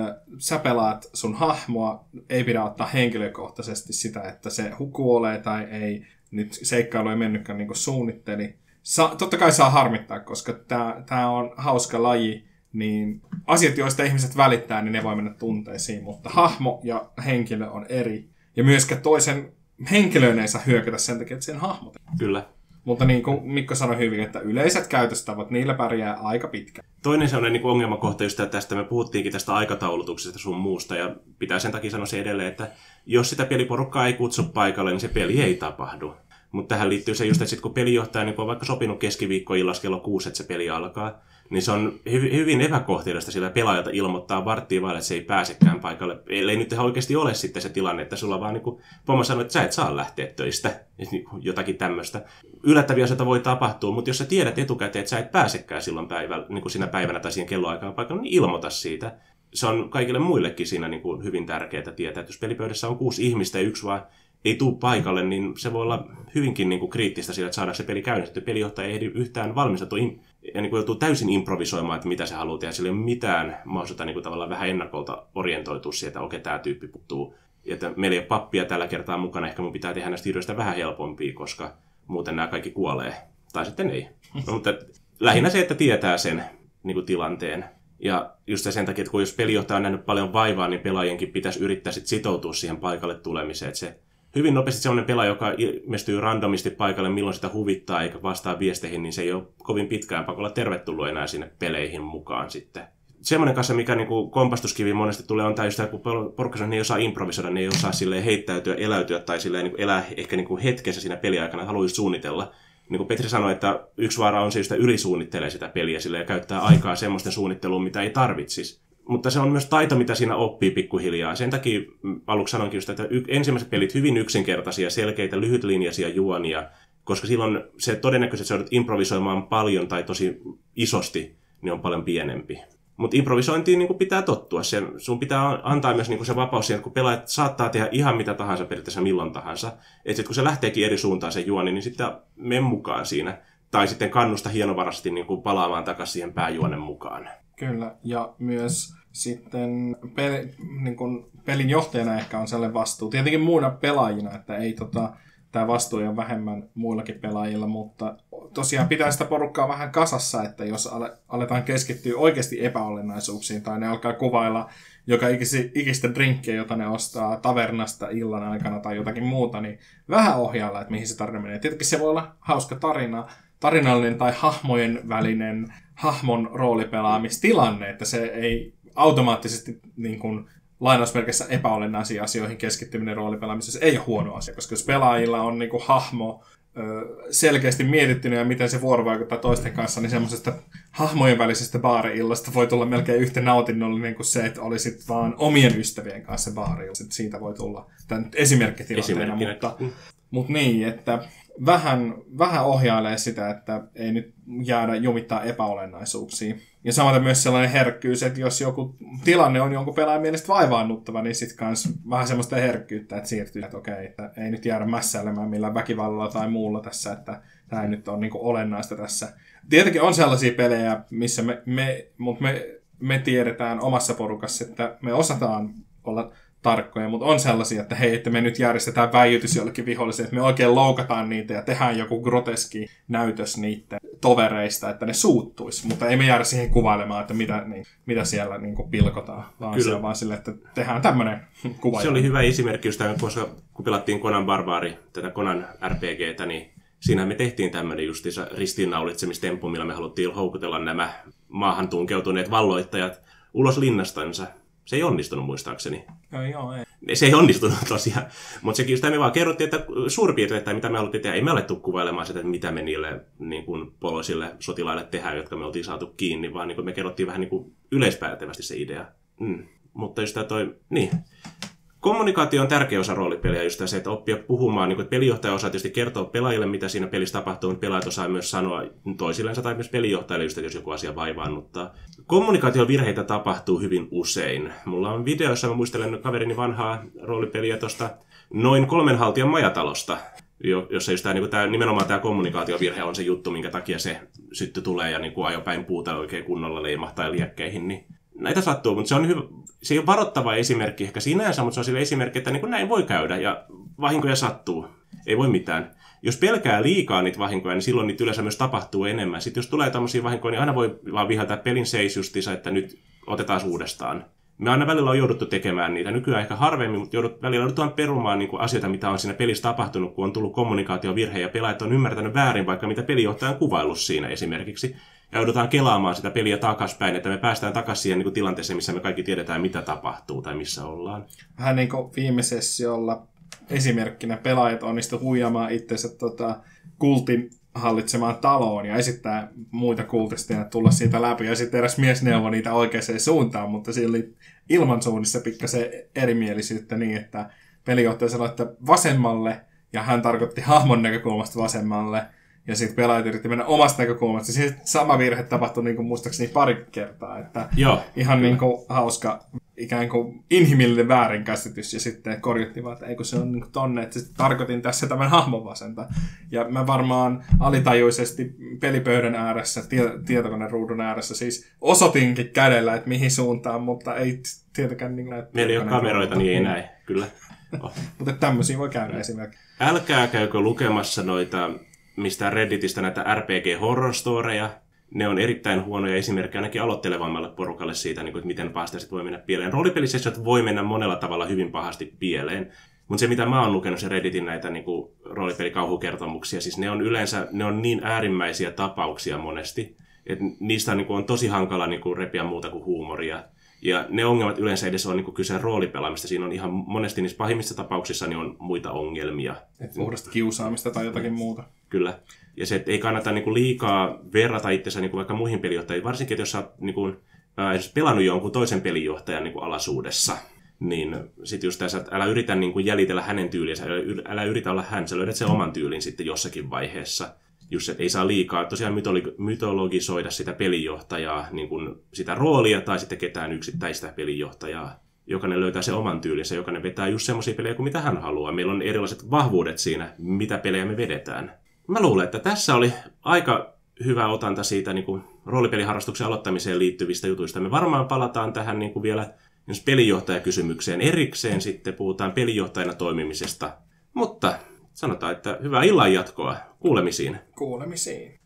Sä pelaat sun hahmoa. Ei pidä ottaa henkilökohtaisesti sitä, että se kuolee tai ei. Nyt seikkailu ei mennytkään niin kuin suunnitteli. Sa- totta kai saa harmittaa, koska tämä on hauska laji. Niin asiat, joista ihmiset välittää, niin ne voi mennä tunteisiin. Mutta hahmo ja henkilö on eri. Ja myöskään toisen henkilöön ei saa hyökätä sen takia, että sen hahmot. Kyllä. Mutta niin kuin Mikko sanoi hyvin, että yleiset käytöstavat, niillä pärjää aika pitkä. Toinen sellainen niin kuin ongelmakohta just tästä, me puhuttiinkin tästä aikataulutuksesta sun muusta, ja pitää sen takia sanoa se edelleen, että jos sitä peliporukkaa ei kutsu paikalle, niin se peli ei tapahdu. Mutta tähän liittyy se just, että sit kun pelijohtaja niin kun on vaikka sopinut keskiviikkoillas kello kuusi, että se peli alkaa, niin se on hy- hyvin epäkohteliasta sillä pelaajalta ilmoittaa varttia vaille, että se ei pääsekään paikalle. Ei nyt oikeasti ole sitten se tilanne, että sulla vaan niin kuin pommo sanoo, että sä et saa lähteä töistä, jotakin tämmöistä. Yllättäviä asioita voi tapahtua, mutta jos sä tiedät etukäteen, että sä et pääsekään silloin päivällä, niin kuin siinä päivänä tai siihen kelloaikaan paikalle, niin ilmoita siitä. Se on kaikille muillekin siinä niin kuin hyvin tärkeää tietää, että jos pelipöydässä on kuusi ihmistä ja yksi vaan ei tule paikalle, niin se voi olla hyvinkin niin kuin kriittistä sillä, että saadaan se peli käynnistetty. Pelijohtaja ei ehdi yhtään valmistautua ja niin kuin joutuu täysin improvisoimaan, että mitä se haluaa tehdä. Sillä ei ole mitään mahdollisuutta niin kuin tavallaan vähän ennakolta orientoitua siihen, että okei, tämä tyyppi puuttuu. Ja että meillä ei ole pappia tällä kertaa mukana, ehkä mun pitää tehdä näistä hirveistä vähän helpompia, koska muuten nämä kaikki kuolee. Tai sitten ei. No, mutta lähinnä se, että tietää sen niin kuin tilanteen. Ja just sen takia, että kun jos pelijohtaja on nähnyt paljon vaivaa, niin pelaajienkin pitäisi yrittää sit sitoutua siihen paikalle tulemiseen. Että se hyvin nopeasti sellainen pelaaja, joka ilmestyy randomisti paikalle, milloin sitä huvittaa eikä vastaa viesteihin, niin se ei ole kovin pitkään pakolla tervetullut enää sinne peleihin mukaan sitten. Semmoinen kanssa, mikä niin kuin kompastuskivi monesti tulee, on tämä just kun porukka sanoo, että ne ei osaa improvisoida, ne ei osaa silleen heittäytyä, eläytyä tai silleen niin kuin elää ehkä niin kuin hetkessä siinä peliaikana, haluaisi suunnitella. Niin kuin Petri sanoi, että yksi vaara on se, että ylisuunnittelee sitä peliä silleen, ja käyttää aikaa semmoisten suunnitteluun, mitä ei tarvitsisi. Mutta se on myös taito, mitä siinä oppii pikkuhiljaa. Sen takia aluksi sanoinkin just, että ensimmäiset pelit hyvin yksinkertaisia, selkeitä, lyhytlinjaisia juonia, koska silloin se todennäköisesti, että sä joudut improvisoimaan paljon tai tosi isosti, niin on paljon pienempi. Mutta improvisointiin niin pitää tottua. Sen, sun pitää antaa myös niin se vapaus siihen, että kun pelaajat saattaa tehdä ihan mitä tahansa periaatteessa milloin tahansa. Että sitten kun se lähteekin eri suuntaan se juoni, niin sitten men mukaan siinä. Tai sitten kannusta hienovaraisesti niin palaamaan takaisin siihen pääjuonen mukaan. Kyllä, ja myös sitten peli, niin kuin pelin johtajana ehkä on sellainen vastuu. Tietenkin muuna pelaajina, että ei tota, tämä vastuu on vähemmän muillakin pelaajilla, mutta tosiaan pitää sitä porukkaa vähän kasassa, että jos ale, aletaan keskittyä oikeasti epäolennaisuuksiin, tai ne alkaa kuvailla joka ikisi, ikistä drinkkiä, jota ne ostaa tavernasta illan aikana tai jotakin muuta, niin vähän ohjailla, että mihin se tarina menee. Tietenkin se voi olla hauska tarina, tarinallinen tai hahmojen välinen hahmon roolipelaamistilanne, että se ei automaattisesti niin kuin lainausmerkissä epäolennaisiin asioihin keskittyminen roolipelaamisessa ei ole huono asia, koska jos pelaajilla on niin kuin hahmo ö, selkeästi mietittynyt ja miten se vuorovaikuttaa toisten kanssa, niin semmoisesta hahmojen välisestä baari-illasta voi tulla melkein yhtä nautinnollinen kuin se, että olisit vaan omien ystävien kanssa baari-illassa. Siitä voi tulla tämän esimerkkitilanteena, mutta, mutta niin, että vähän, vähän ohjailee sitä, että ei nyt jäädä jumittaa epäolennaisuuksiin. Ja samaten myös sellainen herkkyys, että jos joku tilanne on jonkun pelaajan mielestä vaivaannuttava, niin sitten kans vähän semmoista herkkyyttä, että siirtyy, että okei, että ei nyt jäädä mässäilemään millään väkivallalla tai muulla tässä, että tämä ei nyt ole niin kuin olennaista tässä. Tietenkin on sellaisia pelejä, missä me, me, mutta me, me tiedetään omassa porukassa, että me osataan olla tarkkoja, mutta on sellaisia, että hei, että me nyt järjestetään väijytys jollekin viholliselle, että me oikein loukataan niitä ja tehdään joku groteski näytös niiden tovereista, että ne suuttuisi, mutta ei me jäädä siihen kuvailemaan, että mitä, niin, mitä siellä niin kuin pilkotaan, vaan Kyllä. se on vaan sille, että tehdään tämmöinen kuva. Se oli hyvä esimerkki just tämän, koska kun pelattiin Conan Barbari, tätä Conan R P G:tä, niin siinä me tehtiin tämmöinen justiinsa ristiinnaulitsemistemppu, millä me haluttiin houkutella nämä maahan tunkeutuneet valloittajat ulos linnastansa. Se ei onnistunut muistaakseni. No, joo, ei. Se ei onnistunut tosiaan. Mutta sekin sitä me vaan kerrottiin, että suurpiirteitä, mitä me haluttiin tehdä. Ei me alettu kuvailemaan sitä, että mitä me niille niin kuin poloisille sotilaille tehdään, jotka me oltiin saatu kiinni, vaan niin kuin me kerrottiin vähän niin kuin yleispäätävästi se idea. Mm. Mutta just toi, niin. Kommunikaatio on tärkeä osa roolipeliä, just se, että oppia puhumaan. Niin kuin, että pelijohtaja osaa tietysti kertoa pelaajille, mitä siinä pelissä tapahtuu, mutta pelaajat osaa myös sanoa toisillensa tai myös pelijohtajalle, just, että jos joku asia vaivaannuttaa. Kommunikaatiovirheitä tapahtuu hyvin usein. Mulla on video, jossa mä muistelen kaverini vanhaa roolipeliä tuosta noin kolmen haltijan majatalosta, jossa just tämä, niin kuin, tämä, nimenomaan tämä kommunikaatiovirhe on se juttu, minkä takia se sytty tulee ja niin kuin ajopäin puuta oikein kunnolla leimahtaa liekkeihin, niin näitä sattuu, mutta se on hyvä. Se ei ole varoittava esimerkki ehkä sinänsä, mutta se on sille esimerkki, että niin kuin näin voi käydä ja vahinkoja sattuu. Ei voi mitään. Jos pelkää liikaa niitä vahinkoja, niin silloin niitä yleensä myös tapahtuu enemmän. Sitten jos tulee tämmöisiä vahinkoja, niin aina voi vaan viheltää pelin seis justiinsa, että nyt otetaan uudestaan. Me aina välillä on jouduttu tekemään niitä. Nykyään ehkä harvemmin, mutta joudut, välillä joudutaan perumaan niin kuin asioita, mitä on siinä pelissä tapahtunut, kun on tullut kommunikaatiovirhe ja pelaajat on ymmärtänyt väärin, vaikka mitä pelijohtaja on kuvaillut siinä esimerkiksi. Ja joudutaan kelaamaan sitä peliä takaspäin, että me päästään takaisin siihen niin kuin tilanteeseen, missä me kaikki tiedetään, mitä tapahtuu tai missä ollaan. Vähän niin kuin viime sessiolla esimerkkinä pelaajat onnistu huijamaan itsensä tota, kultin hallitsemaan taloon ja esittää muita kultisteja tulla siitä läpi. Ja sitten eräs mies neuvoi niitä oikeaan suuntaan, mutta siinä oli ilmansuunnissa pikkasen erimielisyyttä niin, että pelijohtaja sanoi, että vasemmalle, ja hän tarkoitti hahmon näkökulmasta vasemmalle, ja sitten pelaajat yritti mennä omasta näkökulmasta. Siis sama virhe tapahtui niin kuin muistaakseni pari kertaa, että Joo, ihan niin kuin hauska ikään kuin inhimillinen väärinkäsitys, ja sitten korjattiin vaan, että eikö se on niin kuin tonne, että tarkoitin tässä tämän hahmon vasenta. Ja mä varmaan alitajuisesti pelipöydän ääressä, tie- tietokoneruudun ääressä, siis osoitinkin kädellä, että mihin suuntaan, mutta ei tietenkään niin näin. Meillä ei ole kameroita, niin ei näe, kyllä. Oh. Mutta tämmöisiä voi käydä esimerkiksi. Älkää käykö lukemassa noita mistä Redditistä näitä R P G-horror-storeja. Ne on erittäin huonoja esimerkkejä ainakin aloittelevammalle porukalle siitä, että miten pahasti sit voi mennä pieleen. Roolipelisessiot voi mennä monella tavalla hyvin pahasti pieleen. Mutta se, mitä mä oon lukenut, se Redditin näitä niin kuin roolipelikauhukertomuksia, siis ne on yleensä ne on niin äärimmäisiä tapauksia monesti, että niistä on, niin kuin, on tosi hankala niin kuin repiä muuta kuin huumoria. Ja ne ongelmat yleensä edes on niin kuin kyse roolipelaamista. Siinä on ihan monesti niissä pahimmissa tapauksissa niin on muita ongelmia. Et puhdasta kiusaamista tai jotakin muuta. Kyllä. Ja se, että ei kannata niin kuin liikaa verrata itsensä niin kuin vaikka muihin pelijohtajiin. Varsinkin, että jos sä oot niin kuin, ää, pelannut jonkun toisen pelijohtajan niin kuin alaisuudessa, niin sitten just tässä, että älä yritä niin kuin jäljitellä hänen tyylinsä, älä yritä olla hän, sä löydät sen oman tyylin sitten jossakin vaiheessa. Just, että ei saa liikaa tosiaan mytologisoida sitä pelijohtajaa, niin kuin sitä roolia tai sitten ketään yksittäistä pelijohtajaa. Jokainen löytää sen oman tyylinsä, jokainen vetää just semmoisia pelejä kuin mitä hän haluaa. Meillä on erilaiset vahvuudet siinä, mitä pelejä me vedetään. Mä luulen, että tässä oli aika hyvä otanta siitä niin kuin roolipeliharrastuksen aloittamiseen liittyvistä jutuista. Me varmaan palataan tähän niin kuin vielä pelijohtajakysymykseen erikseen, sitten puhutaan pelijohtajana toimimisesta. Mutta sanotaan, että hyvää illan jatkoa. Kuulemisiin. Kuulemisiin.